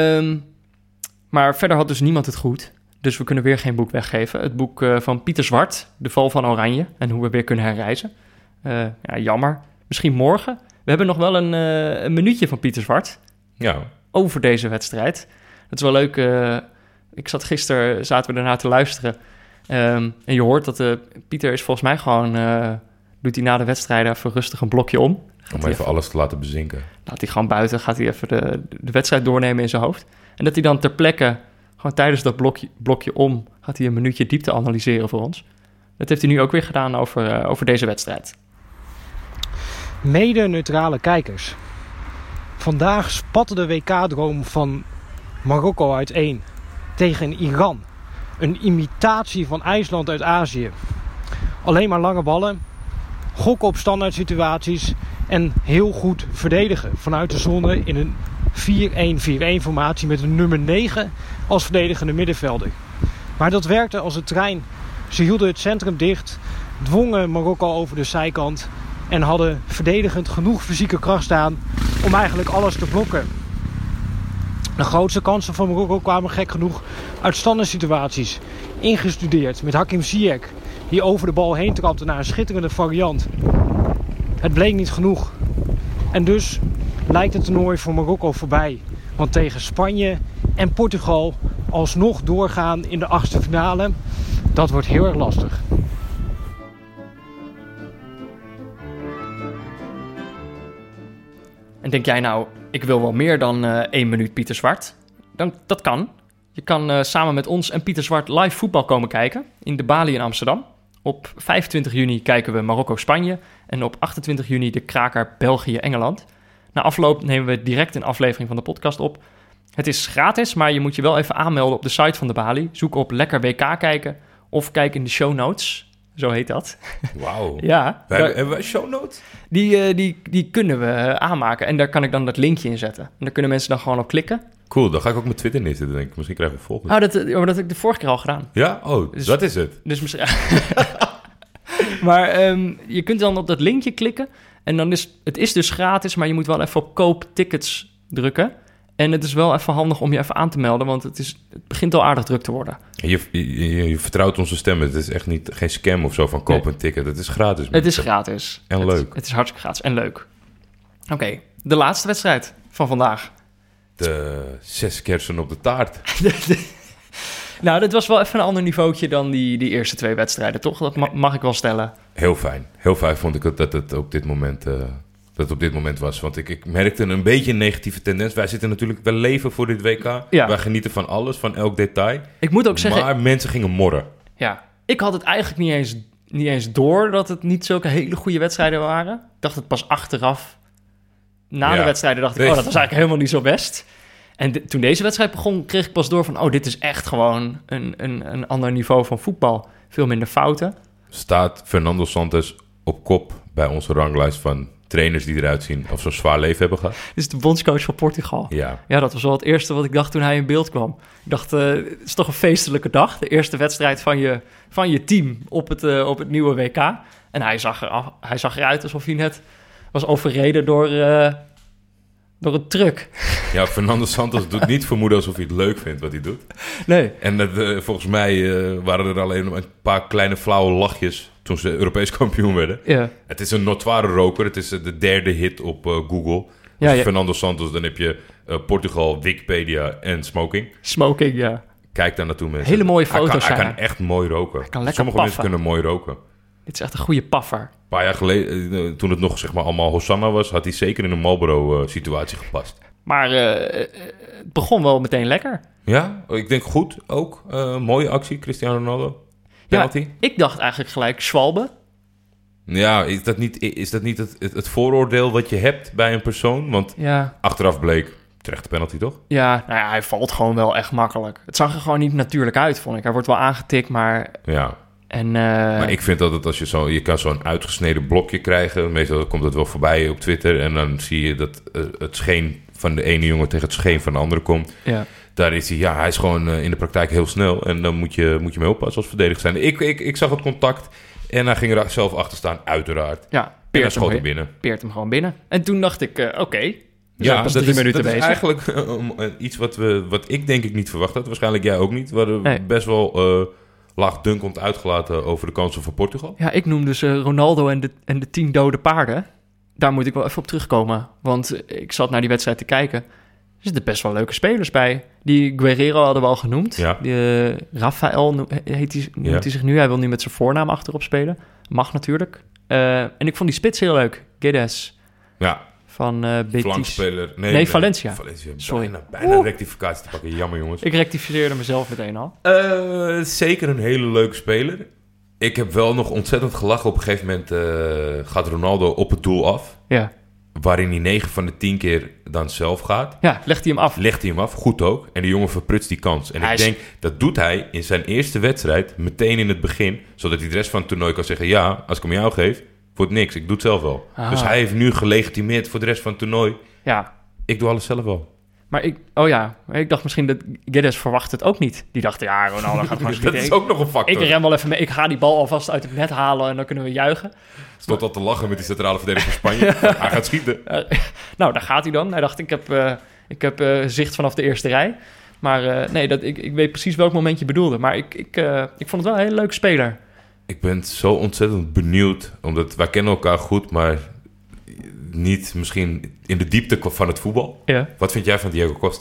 Speaker 1: Maar verder had dus niemand het goed. Dus we kunnen weer geen boek weggeven. Het boek van Pieter Zwart, De Val van Oranje... en hoe we weer kunnen herreizen. Jammer. Misschien morgen... We hebben nog wel een minuutje van Pieter Zwart. Ja. Over deze wedstrijd. Dat is wel leuk. Zaten we daarna te luisteren. En je hoort dat Pieter is volgens mij gewoon... doet hij na de wedstrijden even rustig een blokje om.
Speaker 3: Om even alles te laten bezinken.
Speaker 1: Laat hij gewoon buiten, gaat hij even de wedstrijd doornemen in zijn hoofd. En dat hij dan ter plekke, gewoon tijdens dat blokje om... gaat hij een minuutje diepte analyseren voor ons. Dat heeft hij nu ook weer gedaan over deze wedstrijd.
Speaker 6: Mede-neutrale kijkers. Vandaag spatte de WK-droom van Marokko uiteen tegen Iran. Een imitatie van IJsland uit Azië. Alleen maar lange ballen, gokken op standaard situaties en heel goed verdedigen vanuit de zone in een 4-1-4-1 formatie met een nummer 9 als verdedigende middenvelder. Maar dat werkte als een trein. Ze hielden het centrum dicht dwongen Marokko over de zijkant en hadden verdedigend genoeg fysieke kracht staan om eigenlijk alles te blokken. De grootste kansen van Marokko kwamen gek genoeg uit standaard situaties. Ingestudeerd met Hakim Ziyech, die over de bal heen trapte naar een schitterende variant. Het bleek niet genoeg. En dus lijkt het toernooi voor Marokko voorbij. Want tegen Spanje en Portugal alsnog doorgaan in de achtste finale, dat wordt heel erg lastig.
Speaker 1: En denk jij nou, ik wil wel meer dan 1 minuut Pieter Zwart? Dat kan. Je kan samen met ons en Pieter Zwart live voetbal komen kijken in de Bali in Amsterdam. Op 25 juni kijken we Marokko-Spanje en op 28 juni de kraker België-Engeland. Na afloop nemen we direct een aflevering van de podcast op. Het is gratis, maar je moet je wel even aanmelden op de site van de Bali. Zoek op Lekker WK kijken of kijk in de show notes. Zo heet dat.
Speaker 3: Wauw.
Speaker 1: Ja.
Speaker 3: Hebben wij show notes?
Speaker 1: Die kunnen we aanmaken en daar kan ik dan dat linkje in zetten. En daar kunnen mensen dan gewoon op klikken.
Speaker 3: Cool, dan ga ik ook mijn Twitter neerzetten, denk ik. Misschien krijgen we volgende.
Speaker 1: Maar dat heb ik de vorige keer al gedaan.
Speaker 3: Ja? Oh,
Speaker 1: Dus-
Speaker 3: dat is het.
Speaker 1: Dus misschien... Maar je kunt dan op dat linkje klikken. En dan het is dus gratis, maar je moet wel even op koop tickets drukken. En het is wel even handig om je even aan te melden, want het begint al aardig druk te worden.
Speaker 3: Je vertrouwt onze stemmen. Het is echt geen scam of zo van koop een ticket. Het is gratis.
Speaker 1: Het is gratis.
Speaker 3: En leuk.
Speaker 1: Het is hartstikke gratis en leuk. Oké, de laatste wedstrijd van vandaag.
Speaker 3: De 6 kersen op de taart.
Speaker 1: Nou, dit was wel even een ander niveautje dan die eerste 2 wedstrijden, toch? Dat mag ik wel stellen.
Speaker 3: Heel fijn. Heel fijn vond ik dat het op dit moment was. Want ik merkte een beetje een negatieve tendens. Wij zitten natuurlijk wel leven voor dit WK.
Speaker 1: Ja.
Speaker 3: Wij genieten van alles, van elk detail.
Speaker 1: Ik moet ook zeggen...
Speaker 3: Maar mensen gingen morren.
Speaker 1: Ja, ik had het eigenlijk niet eens door dat het niet zulke hele goede wedstrijden waren. Ik dacht het pas achteraf. Na de wedstrijden dacht ik, dat was eigenlijk helemaal niet zo best. En toen deze wedstrijd begon, kreeg ik pas door van... dit is echt gewoon een ander niveau van voetbal. Veel minder fouten.
Speaker 3: Staat Fernando Santos op kop bij onze ranglijst van trainers die eruit zien of zo'n zwaar leven hebben gehad?
Speaker 1: Dit is de bondscoach van Portugal.
Speaker 3: Ja.
Speaker 1: Ja, dat was wel het eerste wat ik dacht toen hij in beeld kwam. Ik dacht, het is toch een feestelijke dag. De eerste wedstrijd van je team op het nieuwe WK. En hij zag eruit alsof hij net was overreden door een truck.
Speaker 3: Ja, Fernando Santos doet niet vermoeden alsof hij het leuk vindt wat hij doet.
Speaker 1: Nee.
Speaker 3: En volgens mij waren er alleen een paar kleine flauwe lachjes toen ze Europees kampioen werden.
Speaker 1: Ja.
Speaker 3: Het is een notoire roker. Het is de 3e hit op Google.
Speaker 1: Ja, ja.
Speaker 3: Fernando Santos, dan heb je Portugal, Wikipedia en smoking.
Speaker 1: Smoking, ja.
Speaker 3: Kijk daar naartoe, mensen.
Speaker 1: Hele mooie foto's.
Speaker 3: Hij kan echt mooi roken.
Speaker 1: Kan lekker
Speaker 3: Sommige
Speaker 1: paffen.
Speaker 3: mensen kunnen mooi roken.
Speaker 1: Dit is echt een goede paffer.
Speaker 3: Een paar jaar geleden, toen het nog zeg maar allemaal Hosanna was, had hij zeker in een Marlboro-situatie gepast.
Speaker 1: Maar het begon wel meteen lekker.
Speaker 3: Ja, ik denk goed ook. Mooie actie, Cristiano Ronaldo. Penalty.
Speaker 1: Ja, ik dacht eigenlijk gelijk Schwalbe.
Speaker 3: Ja, is dat niet het vooroordeel wat je hebt bij een persoon? Want achteraf bleek, terechte penalty toch?
Speaker 1: Ja, nou ja, hij valt gewoon wel echt makkelijk. Het zag er gewoon niet natuurlijk uit, vond ik. Hij wordt wel aangetikt, maar...
Speaker 3: Ja.
Speaker 1: Maar
Speaker 3: ik vind dat als je kan zo'n uitgesneden blokje krijgen. Meestal komt dat wel voorbij op Twitter. En dan zie je dat het scheen van de ene jongen tegen het scheen van de andere komt.
Speaker 1: Ja.
Speaker 3: Daar is hij is gewoon in de praktijk heel snel. En dan moet je mee oppassen als verdediger zijn. Ik zag het contact en hij ging er zelf achter staan, uiteraard.
Speaker 1: Ja,
Speaker 3: en hij schoot hem binnen.
Speaker 1: Peert hem gewoon binnen. En toen dacht ik, oké.
Speaker 3: Ja,
Speaker 1: pas
Speaker 3: dat
Speaker 1: 3 minuten bezig.
Speaker 3: is eigenlijk iets wat ik denk ik niet verwacht had. Waarschijnlijk jij ook niet. We hadden best wel laagdunkend uitgelaten over de kansen van Portugal.
Speaker 1: Ja, ik noemde ze Ronaldo en de 10 dode paarden. Daar moet ik wel even op terugkomen. Want ik zat naar die wedstrijd te kijken. Er zitten best wel leuke spelers bij. Die Guerrero hadden we al genoemd.
Speaker 3: Ja.
Speaker 1: Die, Rafael noemt hij zich nu. Hij wil nu met zijn voornaam achterop spelen. Mag natuurlijk. En ik vond die spits heel leuk. Guedes.
Speaker 3: Ja.
Speaker 1: Van Betis.
Speaker 3: Flankspeler.
Speaker 1: Nee, Valencia.
Speaker 3: Sorry. Bijna een rectificatie te pakken. Jammer, jongens.
Speaker 1: Ik rectificeerde mezelf meteen al.
Speaker 3: Zeker een hele leuke speler. Ik heb wel nog ontzettend gelachen. Op een gegeven moment gaat Ronaldo op het doel af.
Speaker 1: Ja.
Speaker 3: Waarin hij 9 van de 10 keer dan zelf gaat.
Speaker 1: Ja, legt hij hem af. Goed ook. En die jongen verprutst die kans. En ik denk, dat doet hij in zijn eerste wedstrijd meteen in het begin. Zodat hij de rest van het toernooi kan zeggen... ja, als ik hem jou geef, wordt niks. Ik doe het zelf wel. Dus hij heeft nu gelegitimeerd voor de rest van het toernooi. Ja.
Speaker 3: Ik doe alles zelf wel.
Speaker 1: Maar ik dacht misschien dat Guedes verwacht het ook niet. Die dacht, ja, Ronaldo gaat gewoon
Speaker 3: Dat
Speaker 1: schieten.
Speaker 3: is ook nog een factor.
Speaker 1: Ik ren wel even mee. Ik ga die bal alvast uit het net halen en dan kunnen we juichen.
Speaker 3: Stond al te lachen met die centrale verdediger van Spanje. Hij gaat schieten.
Speaker 1: Nou, daar gaat hij dan. Hij dacht, ik heb zicht vanaf de eerste rij. Maar ik weet precies welk moment je bedoelde. Maar ik vond het wel een hele leuke speler.
Speaker 3: Ik ben zo ontzettend benieuwd. Omdat wij kennen elkaar goed, maar niet misschien in de diepte van het voetbal.
Speaker 1: Ja.
Speaker 3: Wat vind jij van Diego Costa?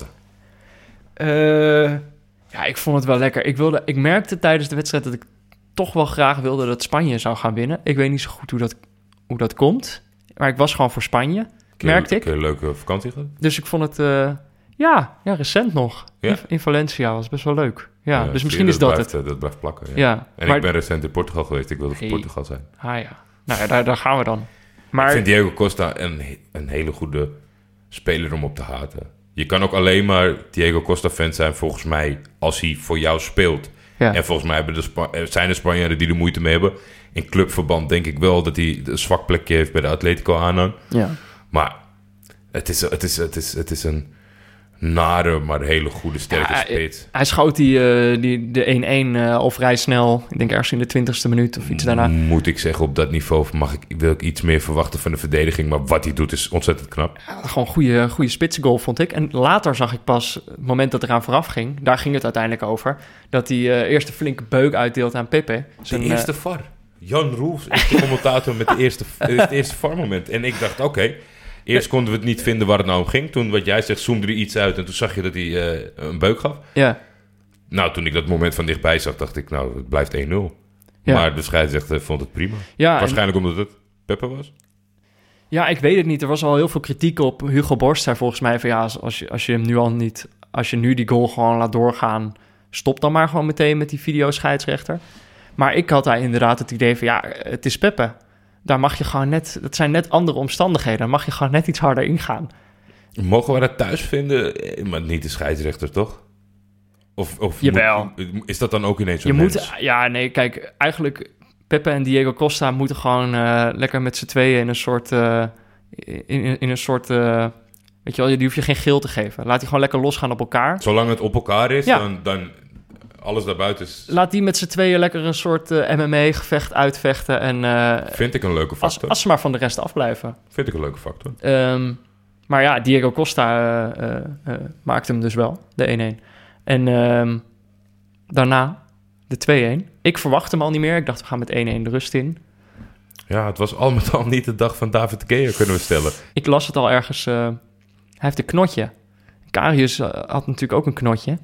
Speaker 1: Ik vond het wel lekker. Ik merkte tijdens de wedstrijd dat ik toch wel graag wilde dat Spanje zou gaan winnen. Ik weet niet zo goed hoe dat komt. Maar ik was gewoon voor Spanje, merkte ik.
Speaker 3: Heb je een leuke vakantie gehad?
Speaker 1: Dus ik vond het, recent nog.
Speaker 3: Ja?
Speaker 1: In Valencia was best wel leuk. Ja, dus
Speaker 3: zie
Speaker 1: misschien
Speaker 3: je,
Speaker 1: is dat
Speaker 3: blijft,
Speaker 1: het.
Speaker 3: Dat blijft plakken. Ja.
Speaker 1: Ja,
Speaker 3: En ik ben recent in Portugal geweest. Ik wilde voor Portugal zijn.
Speaker 1: Ah ja, nou ja, daar gaan we dan. Maar
Speaker 3: Ik vind Diego Costa een hele goede speler om op te haten. Je kan ook alleen maar Diego Costa-fan zijn, volgens mij, als hij voor jou speelt.
Speaker 1: Ja.
Speaker 3: En volgens mij zijn er Spanjaarden die er moeite mee hebben. In clubverband denk ik wel dat hij een zwak plekje heeft bij de Atletico aanhang.
Speaker 1: Ja.
Speaker 3: Maar het is een nare, maar hele goede, sterke spits.
Speaker 1: Hij schoot de 1-1 al vrij snel. Ik denk ergens in de 20e minuut of iets daarna.
Speaker 3: Moet ik zeggen, op dat niveau wil ik iets meer verwachten van de verdediging. Maar wat hij doet is ontzettend knap.
Speaker 1: Gewoon goede spitsengoal, vond ik. En later zag ik pas, het moment dat eraan vooraf ging, daar ging het uiteindelijk over, dat hij eerst een flinke beuk uitdeelt aan Pepe.
Speaker 3: De eerste VAR. Jan Roels is de commentator met het eerste VAR-moment. En ik dacht, oké. Eerst konden we het niet vinden waar het nou om ging. Toen, wat jij zegt, zoomde er iets uit en toen zag je dat hij een beuk gaf.
Speaker 1: Ja.
Speaker 3: Nou, toen ik dat moment van dichtbij zag, dacht ik, nou, het blijft 1-0.
Speaker 1: Ja.
Speaker 3: Maar de scheidsrechter vond het prima.
Speaker 1: Ja,
Speaker 3: waarschijnlijk omdat het Pepe was.
Speaker 1: Ja, ik weet het niet. Er was al heel veel kritiek op. Hugo Borst zei volgens mij van als je hem nu al niet, als je nu die goal gewoon laat doorgaan, stop dan maar gewoon meteen met die videoscheidsrechter. Maar ik had daar inderdaad het idee van het is Pepe. Daar mag je gewoon net, dat zijn net andere omstandigheden. Daar mag je gewoon net iets harder ingaan.
Speaker 3: Mogen we dat thuis vinden? Maar niet de scheidsrechter, toch? Of
Speaker 1: Jawel.
Speaker 3: Is dat dan ook ineens zo'n mens?
Speaker 1: Kijk, eigenlijk Pepe en Diego Costa moeten gewoon lekker met z'n tweeën in een soort weet je wel, die hoef je geen geel te geven. Laat die gewoon lekker losgaan op elkaar.
Speaker 3: Zolang het op elkaar is,
Speaker 1: Ja.
Speaker 3: dan alles daarbuiten is...
Speaker 1: Laat die met z'n tweeën lekker een soort MMA-gevecht uitvechten. En
Speaker 3: Vind ik een leuke factor.
Speaker 1: als ze maar van de rest afblijven.
Speaker 3: Vind ik een leuke factor.
Speaker 1: Maar ja, Diego Costa maakte hem dus wel, de 1-1. En daarna de 2-1. Ik verwachtte hem al niet meer. Ik dacht, we gaan met 1-1 de rust in.
Speaker 3: Ja, het was al met al niet de dag van David de Gea, kunnen we stellen.
Speaker 1: Ik las het al ergens. Hij heeft een knotje. Karius had natuurlijk ook een knotje.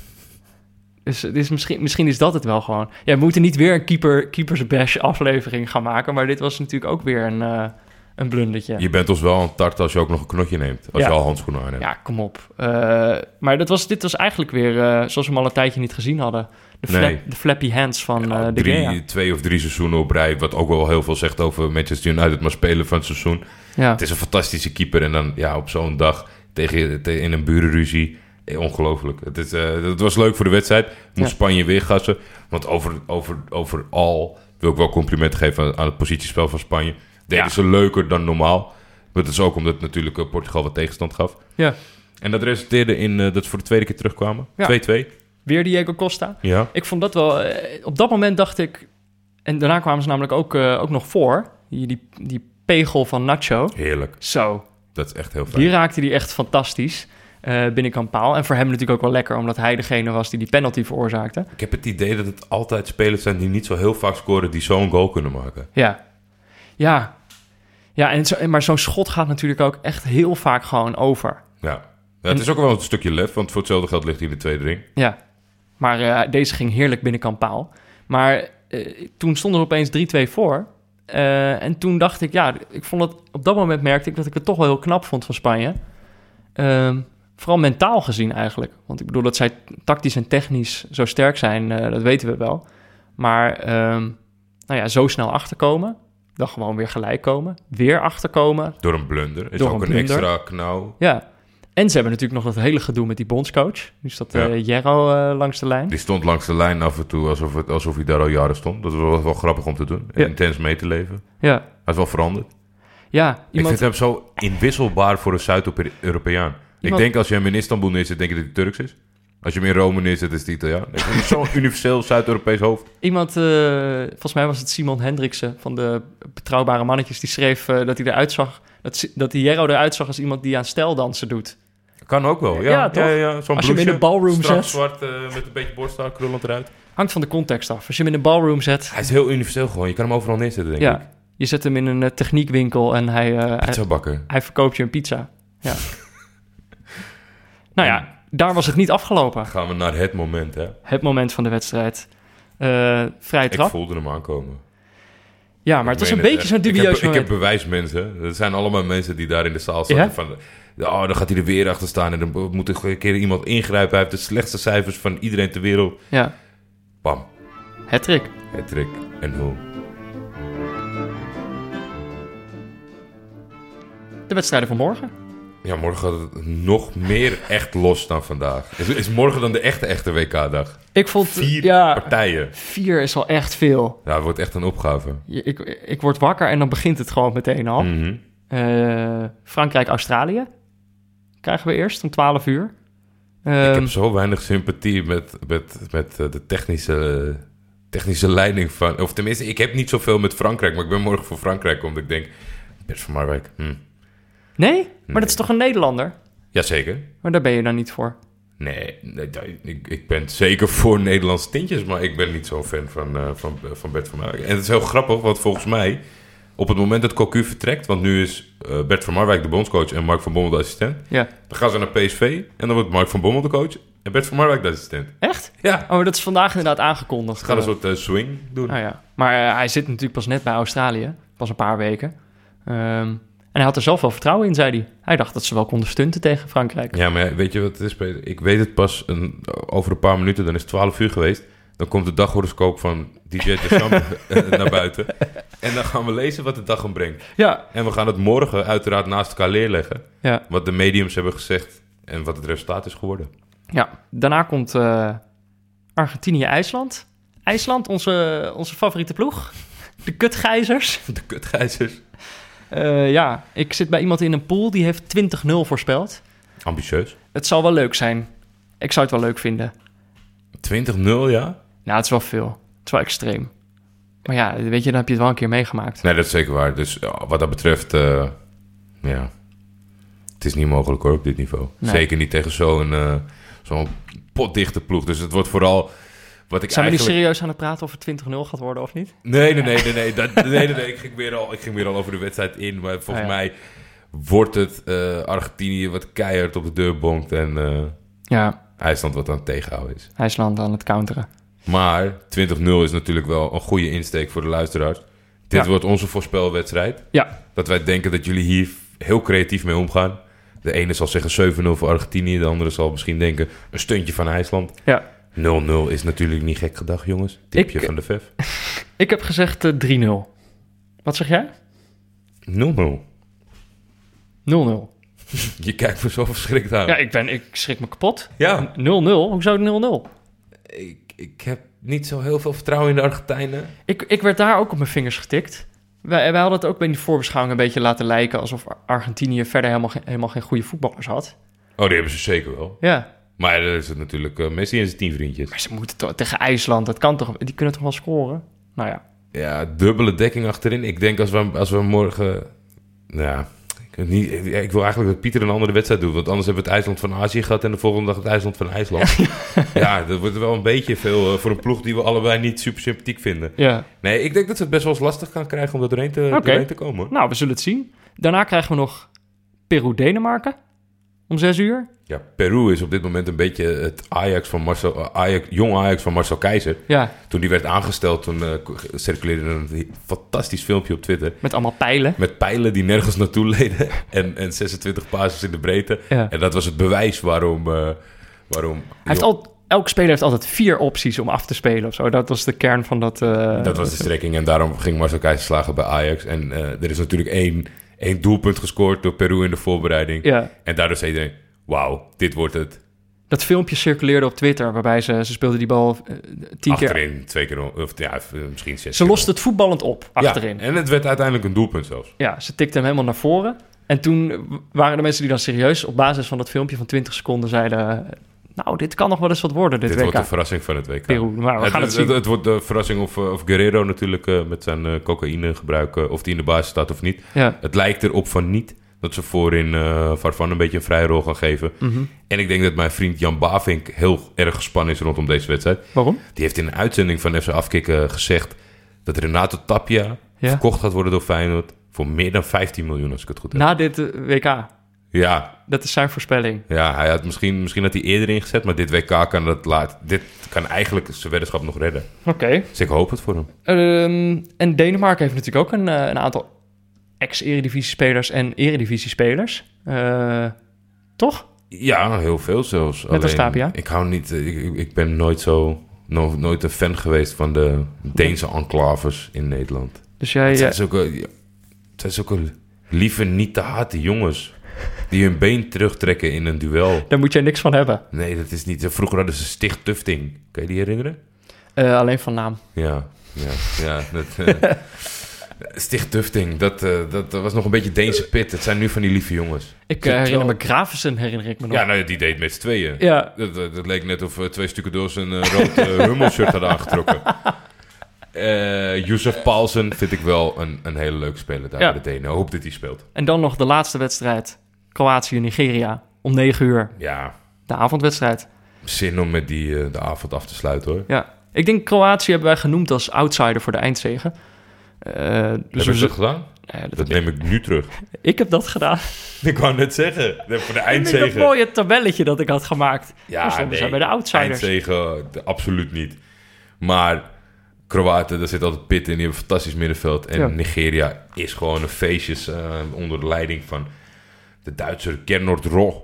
Speaker 1: Dus misschien is dat het wel gewoon. Ja, we moeten niet weer een keepers bash aflevering gaan maken. Maar dit was natuurlijk ook weer een blundertje.
Speaker 3: Je bent ons wel aan het tarten als je ook nog een knotje neemt. Als
Speaker 1: Ja.
Speaker 3: je al handschoenen aan hebt.
Speaker 1: Ja, kom op. Maar dit was eigenlijk weer, zoals we hem al een tijdje niet gezien hadden. De flappy hands van de Gea.
Speaker 3: 2 of 3 seizoenen op rij. Wat ook wel heel veel zegt over Manchester United. Maar spelen van het seizoen.
Speaker 1: Ja.
Speaker 3: Het is een fantastische keeper. En dan op zo'n dag in een burenruzie. Ongelooflijk. Het was leuk voor de wedstrijd. Moest Spanje weer gassen. Want overal wil ik wel complimenten geven aan het positiespel van Spanje. Deden ze leuker dan normaal. Maar dat is ook omdat natuurlijk Portugal wat tegenstand gaf.
Speaker 1: Ja.
Speaker 3: En dat resulteerde in dat ze voor de tweede keer terugkwamen.
Speaker 1: Ja.
Speaker 3: 2-2.
Speaker 1: Weer Diego Costa.
Speaker 3: Ja.
Speaker 1: Ik vond dat wel... op dat moment dacht ik... En daarna kwamen ze namelijk ook nog voor. Die pegel van Nacho.
Speaker 3: Heerlijk.
Speaker 1: Zo.
Speaker 3: Dat is echt heel fijn.
Speaker 1: Die raakte die echt fantastisch binnenkant paal. En voor hem natuurlijk ook wel lekker, omdat hij degene was die penalty veroorzaakte.
Speaker 3: Ik heb het idee dat het altijd spelers zijn die niet zo heel vaak scoren, die zo'n goal kunnen maken.
Speaker 1: Ja, maar zo'n schot gaat natuurlijk ook echt heel vaak gewoon over.
Speaker 3: Ja. Het is ook wel een stukje lef, want voor hetzelfde geld ligt hij in de tweede ring.
Speaker 1: Ja, maar deze ging heerlijk binnenkant paal. Maar toen stonden we opeens 3-2 voor. En toen dacht ik, ik vond het, op dat moment merkte ik dat ik het toch wel heel knap vond van Spanje. Vooral mentaal gezien eigenlijk. Want ik bedoel dat zij tactisch en technisch zo sterk zijn, dat weten we wel. Maar zo snel achterkomen, dan gewoon weer gelijk komen. Weer achterkomen.
Speaker 3: Door een blunder. Is
Speaker 1: Door
Speaker 3: ook
Speaker 1: een
Speaker 3: een
Speaker 1: blunder.
Speaker 3: extra knauw.
Speaker 1: Ja. En ze hebben natuurlijk nog dat hele gedoe met die bondscoach. Dus dat Jero langs de lijn.
Speaker 3: Die stond langs de lijn af en toe alsof hij daar al jaren stond. Dat was wel grappig om te doen.
Speaker 1: Ja.
Speaker 3: Intens mee te leven.
Speaker 1: Ja.
Speaker 3: Hij is wel veranderd.
Speaker 1: Ja,
Speaker 3: Ik vind hem zo inwisselbaar voor een Zuid-Europeaan. Ik denk als je hem in Istanbul neerzet, denk je dat hij Turks is. Als je hem in Rome neerzet, is het Italiaan. Ik vind zo'n universeel Zuid-Europees hoofd.
Speaker 1: Iemand, volgens mij was het Simon Hendriksen van de Betrouwbare Mannetjes, die schreef dat hij eruit zag, dat die Jero eruit zag als iemand die aan stijldansen doet.
Speaker 3: Kan ook wel, ja.
Speaker 1: Ja, toch?
Speaker 3: Ja, zo'n
Speaker 1: Als je hem in de ballroom zet.
Speaker 3: zwart met een beetje borsthaar, krullend eruit.
Speaker 1: Hangt van de context af. Als je hem in een ballroom zet...
Speaker 3: Hij is heel universeel gewoon. Je kan hem overal neerzetten, denk ik.
Speaker 1: Je zet hem in een techniekwinkel en
Speaker 3: Pizzabakker.
Speaker 1: hij verkoopt je een pizza. Ja. Nou ja, daar was het niet afgelopen.
Speaker 3: Gaan we naar het moment, hè?
Speaker 1: Het moment van de wedstrijd. Vrije trap.
Speaker 3: Ik voelde hem aankomen.
Speaker 1: Ja, maar het was een beetje zo'n dubieus
Speaker 3: Ik
Speaker 1: moment.
Speaker 3: heb bewijsmensen. Er zijn allemaal mensen die daar in de zaal zaten.
Speaker 1: Ja?
Speaker 3: Van, dan gaat hij er weer achter staan. En dan moet er een keer iemand ingrijpen. Hij heeft de slechtste cijfers van iedereen ter wereld.
Speaker 1: Ja.
Speaker 3: Bam.
Speaker 1: Hattrick.
Speaker 3: Hattrick en hoe.
Speaker 1: De wedstrijden van morgen.
Speaker 3: Ja, morgen gaat het nog meer echt los dan vandaag. Is morgen dan de echte WK-dag?
Speaker 1: Ik vond...
Speaker 3: 4
Speaker 1: ja,
Speaker 3: partijen.
Speaker 1: 4 is al echt veel.
Speaker 3: Ja, het wordt echt een opgave.
Speaker 1: Ik word wakker en dan begint het gewoon meteen al.
Speaker 3: Mhm.
Speaker 1: Frankrijk-Australië krijgen we eerst om 12 uur.
Speaker 3: Ik heb zo weinig sympathie met de technische leiding van... Of tenminste, ik heb niet zoveel met Frankrijk, maar ik ben morgen voor Frankrijk, omdat ik denk... Bert van Marwijk,
Speaker 1: Nee? Maar dat is toch een Nederlander?
Speaker 3: Jazeker.
Speaker 1: Maar daar ben je dan niet voor.
Speaker 3: Nee, ik ben zeker voor Nederlandse tintjes, maar ik ben niet zo'n fan van Bert van Marwijk. En het is heel grappig, want volgens mij, op het moment dat Cocu vertrekt, want nu is Bert van Marwijk de bondscoach en Mark van Bommel de assistent,
Speaker 1: Ja.
Speaker 3: dan gaan ze naar PSV en dan wordt Mark van Bommel de coach en Bert van Marwijk de assistent.
Speaker 1: Echt?
Speaker 3: Ja.
Speaker 1: Oh, dat is vandaag inderdaad aangekondigd.
Speaker 3: Ze gaan een soort swing doen.
Speaker 1: Nou ja. Maar hij zit natuurlijk pas net bij Australië. Pas een paar weken. En hij had er zelf wel vertrouwen in, zei hij. Hij dacht dat ze wel konden stunten tegen Frankrijk.
Speaker 3: Ja, maar weet je wat het is, Peter? Ik weet het pas over een paar minuten. Dan is het 12 uur geweest. Dan komt de daghoroscoop van DJ Deschamps naar buiten. En dan gaan we lezen wat de dag hem brengt.
Speaker 1: Ja.
Speaker 3: En we gaan het morgen uiteraard naast elkaar neerleggen.
Speaker 1: Ja.
Speaker 3: Wat de mediums hebben gezegd en wat het resultaat is geworden.
Speaker 1: Ja. Daarna komt Argentinië-IJsland. IJsland, onze favoriete ploeg. De kutgijzers.
Speaker 3: De kutgijzers.
Speaker 1: Ja, ik zit bij iemand in een pool die heeft 20-0 voorspeld.
Speaker 3: Ambitieus.
Speaker 1: Het zal wel leuk zijn. Ik zou het wel leuk vinden.
Speaker 3: 20-0, ja?
Speaker 1: Nou, het is wel veel. Het is wel extreem. Maar ja, weet je, dan heb je het wel een keer meegemaakt.
Speaker 3: Nee, dat is zeker waar. Dus wat dat betreft, ja... Het is niet mogelijk hoor, op dit niveau.
Speaker 1: Nee.
Speaker 3: Zeker niet tegen zo'n potdichte ploeg. Dus het wordt vooral...
Speaker 1: Zijn we nu serieus aan het praten of het 20-0 gaat worden of niet?
Speaker 3: Nee. Ik ging weer al over de wedstrijd in. Maar volgens mij wordt het Argentinië wat keihard op de deur bonkt. En IJsland wat aan het tegenhouden is.
Speaker 1: IJsland aan het counteren.
Speaker 3: Maar 20-0 is natuurlijk wel een goede insteek voor de luisteraars. Dit wordt onze voorspelwedstrijd. Ja. Dat wij denken dat jullie hier heel creatief mee omgaan. De ene zal zeggen 7-0 voor Argentinië. De andere zal misschien denken een stuntje van IJsland. Ja. 0-0 is natuurlijk niet gek gedacht, jongens. Tipje van de VEF.
Speaker 1: Ik heb gezegd 3-0. Wat zeg jij?
Speaker 3: 0-0. 0-0. Je kijkt me zo verschrikt aan.
Speaker 1: Ja, ik schrik me kapot.
Speaker 3: Ja.
Speaker 1: 0-0? Hoezo 0-0?
Speaker 3: Ik heb niet zo heel veel vertrouwen in de Argentijnen.
Speaker 1: Ik werd daar ook op mijn vingers getikt. Wij hadden het ook bij die voorbeschouwing een beetje laten lijken... alsof Argentinië verder helemaal geen goede voetballers had.
Speaker 3: Oh, die hebben ze zeker wel. Ja. Maar dan is het natuurlijk Messi en zijn 10 vriendjes.
Speaker 1: Maar ze moeten toch tegen IJsland, dat kan toch? Die kunnen toch wel scoren? Nou ja.
Speaker 3: Ja, dubbele dekking achterin. Ik denk als we morgen... Nou, ik wil eigenlijk dat Pieter een andere wedstrijd doet. Want anders hebben we het IJsland van Azië gehad... en de volgende dag het IJsland van IJsland. Ja, dat wordt wel een beetje veel voor een ploeg... die we allebei niet super sympathiek vinden. Ja. Nee, ik denk dat ze het best wel eens lastig gaan krijgen... om er doorheen te komen.
Speaker 1: Nou, we zullen het zien. Daarna krijgen we nog Peru-Denemarken. Om 6 uur.
Speaker 3: Ja, Peru is op dit moment een beetje het jong Ajax van Marcel Keizer. Ja. Toen die werd aangesteld, toen circuleerde een fantastisch filmpje op Twitter.
Speaker 1: Met allemaal pijlen.
Speaker 3: Met pijlen die nergens naartoe leden. en 26 passes in de breedte. Ja. En dat was het bewijs waarom...
Speaker 1: Elke speler heeft altijd 4 opties om af te spelen of zo. Dat was de kern van dat...
Speaker 3: dat was de strekking en daarom ging Marcel Keizer slagen bij Ajax. En er is natuurlijk één doelpunt gescoord door Peru in de voorbereiding. Ja. En daardoor zei iedereen, wauw, dit wordt het.
Speaker 1: Dat filmpje circuleerde op Twitter, waarbij ze speelden die bal 10 keer...
Speaker 3: Achterin, 2 keer, of ja, misschien 6
Speaker 1: Ze lost het voetballend op, achterin.
Speaker 3: Ja, en het werd uiteindelijk een doelpunt zelfs.
Speaker 1: Ja, ze tikte hem helemaal naar voren. En toen waren er mensen die dan serieus op basis van dat filmpje van 20 seconden zeiden... Nou, dit kan nog wel eens wat worden, dit WK.
Speaker 3: Dit wordt de verrassing van het WK.
Speaker 1: Peru, maar we gaan het zien.
Speaker 3: Het wordt de verrassing of Guerrero natuurlijk met zijn cocaïne gebruiken... of die in de basis staat of niet.
Speaker 1: Ja.
Speaker 3: Het lijkt erop van niet dat ze voorin Farfan een beetje een vrije rol gaan geven.
Speaker 1: Mm-hmm.
Speaker 3: En ik denk dat mijn vriend Jan Bavink heel erg gespannen is rondom deze wedstrijd.
Speaker 1: Waarom?
Speaker 3: Die heeft in een uitzending van FC Afkikken gezegd... dat Renato Tapia verkocht gaat worden door Feyenoord... voor meer dan 15 miljoen, als ik het goed heb.
Speaker 1: Na dit WK.
Speaker 3: Ja.
Speaker 1: Dat is zijn voorspelling.
Speaker 3: Ja, hij had misschien had hij eerder ingezet... maar dit WK kan dit kan eigenlijk zijn weddenschap nog redden.
Speaker 1: Oké.
Speaker 3: Dus ik hoop het voor hem.
Speaker 1: En Denemarken heeft natuurlijk ook een aantal ex-eredivisie-spelers en eredivisie-spelers. Toch?
Speaker 3: Ja, heel veel zelfs.
Speaker 1: Net als Tapia.
Speaker 3: Ik hou niet... Ik ben nooit een fan geweest van de Deense enclaves in Nederland.
Speaker 1: Dus jij...
Speaker 3: Het zijn zulke lieve, niet te harte jongens... die hun been terugtrekken in een duel.
Speaker 1: Daar moet jij niks van hebben.
Speaker 3: Nee, dat is niet... Vroeger hadden ze Sticht Tufting. Kan je die herinneren?
Speaker 1: Alleen van naam.
Speaker 3: Ja. Sticht Tufting, dat was nog een beetje Deense pit. Het zijn nu van die lieve jongens.
Speaker 1: Ik herinner me Gravensen, herinner ik me nog.
Speaker 3: Ja, nou, die deed met z'n tweeën.
Speaker 1: Ja.
Speaker 3: Dat leek net of 2 stukken door zijn rood Hummel-shirt hadden aangetrokken. Youssef Paulsen vind ik wel een hele leuke speler daar bij de Denen. Ik hoop dat hij speelt.
Speaker 1: En dan nog de laatste wedstrijd. Kroatië-Nigeria. Om 9 uur.
Speaker 3: Ja.
Speaker 1: De avondwedstrijd.
Speaker 3: Zin om met de avond af te sluiten, hoor.
Speaker 1: Ja. Ik denk Kroatië hebben wij genoemd als outsider voor de eindzege.
Speaker 3: Dus hebben ze dat gedaan? Dat neem ik nu terug.
Speaker 1: Ik heb dat gedaan.
Speaker 3: Ik wou net zeggen, voor de eindzege.
Speaker 1: Een mooie tabelletje dat ik had gemaakt.
Speaker 3: Ja,
Speaker 1: we zijn bij de outsiders.
Speaker 3: Eindzege, absoluut niet. Maar Kroaten, daar zit altijd pit in. Die hebben een fantastisch middenveld. En Nigeria is gewoon een feestjes onder de leiding van de Duitser Gernot Rohr.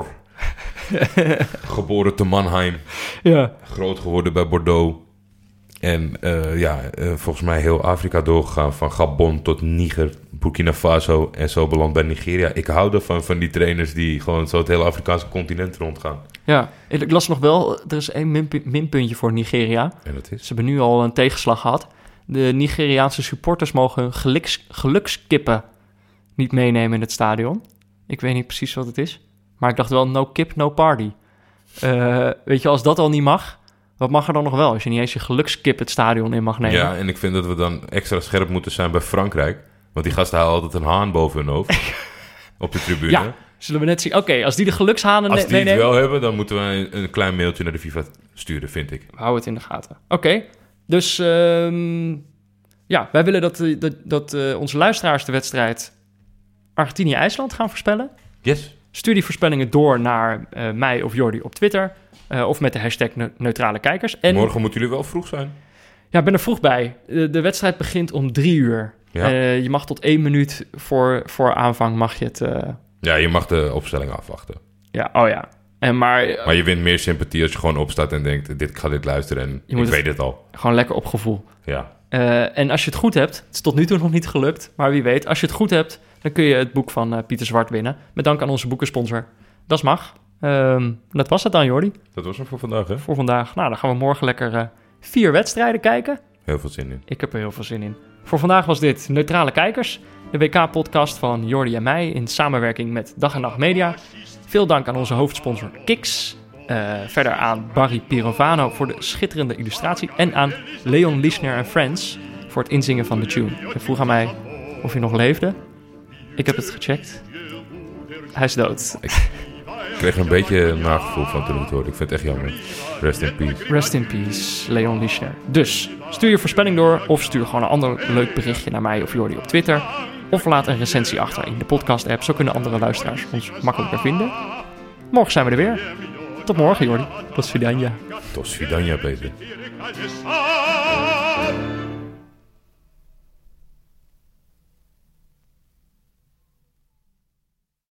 Speaker 3: Geboren te Mannheim. Ja. Groot geworden bij Bordeaux. En volgens mij heel Afrika doorgegaan. Van Gabon tot Niger, Burkina Faso en zo beland bij Nigeria. Ik hou ervan, van die trainers die gewoon zo het hele Afrikaanse continent rondgaan. Ja,
Speaker 1: ik las nog wel, er is 1 minpuntje voor Nigeria.
Speaker 3: En dat is?
Speaker 1: Ze hebben nu al een tegenslag gehad. De Nigeriaanse supporters mogen hun gelukskippen niet meenemen in het stadion. Ik weet niet precies wat het is. Maar ik dacht wel, no kip, no party. Weet je, als dat al niet mag... Wat mag er dan nog wel als je niet eens je gelukskip het stadion in mag nemen?
Speaker 3: Ja, en ik vind dat we dan extra scherp moeten zijn bij Frankrijk. Want die gasten halen altijd een haan boven hun hoofd. Op de tribune.
Speaker 1: Ja, zullen we net zien. Oké, als die de gelukshanen meenemen...
Speaker 3: Als die het wel hebben, dan moeten we een klein mailtje naar de FIFA sturen, vind ik.
Speaker 1: Hou het in de gaten. Oké, dus wij willen dat onze luisteraars de wedstrijd Argentinië-IJsland gaan voorspellen.
Speaker 3: Yes.
Speaker 1: Stuur die voorspellingen door naar mij of Jordi op Twitter... of met de hashtag neutrale kijkers. En,
Speaker 3: morgen moeten jullie wel vroeg zijn.
Speaker 1: Ja, ik ben er vroeg bij. De wedstrijd begint om 3 uur. Ja. Je mag tot 1 minuut voor aanvang mag je het...
Speaker 3: Ja, je mag de opstelling afwachten.
Speaker 1: Ja, oh ja. Maar
Speaker 3: je wint meer sympathie als je gewoon opstaat en denkt... ik ga dit luisteren en ik weet het al.
Speaker 1: Gewoon lekker op gevoel.
Speaker 3: Ja.
Speaker 1: En als je het goed hebt... Het is tot nu toe nog niet gelukt, maar wie weet. Als je het goed hebt, dan kun je het boek van Pieter Zwart winnen. Met dank aan onze boekensponsor. Das mag. Dat was het dan, Jordi.
Speaker 3: Dat was hem voor vandaag, hè?
Speaker 1: Voor vandaag. Nou, dan gaan we morgen lekker 4 wedstrijden kijken.
Speaker 3: Heel veel zin in.
Speaker 1: Ik heb er heel veel zin in. Voor vandaag was dit Neutrale Kijkers. De WK-podcast van Jordi en mij in samenwerking met Dag en Nacht Media. Veel dank aan onze hoofdsponsor Kiks. Verder aan Barry Pirovano voor de schitterende illustratie. En aan Leon Lischner en Friends voor het inzingen van de tune. Hij vroeg aan mij of hij nog leefde. Ik heb het gecheckt. Hij is dood.
Speaker 3: Ik kreeg een beetje een nagevoel van toen ik het hoorde. Ik vind het echt jammer. Rest in peace.
Speaker 1: Rest in peace, Leon Lischner. Dus stuur je voorspelling door of stuur gewoon een ander leuk berichtje naar mij of Jordi op Twitter. Of laat een recensie achter in de podcast-app. Zo kunnen andere luisteraars ons makkelijker vinden. Morgen zijn we er weer. Tot morgen, Jordi. Tot svidanja.
Speaker 3: Tot svidanja, Peter.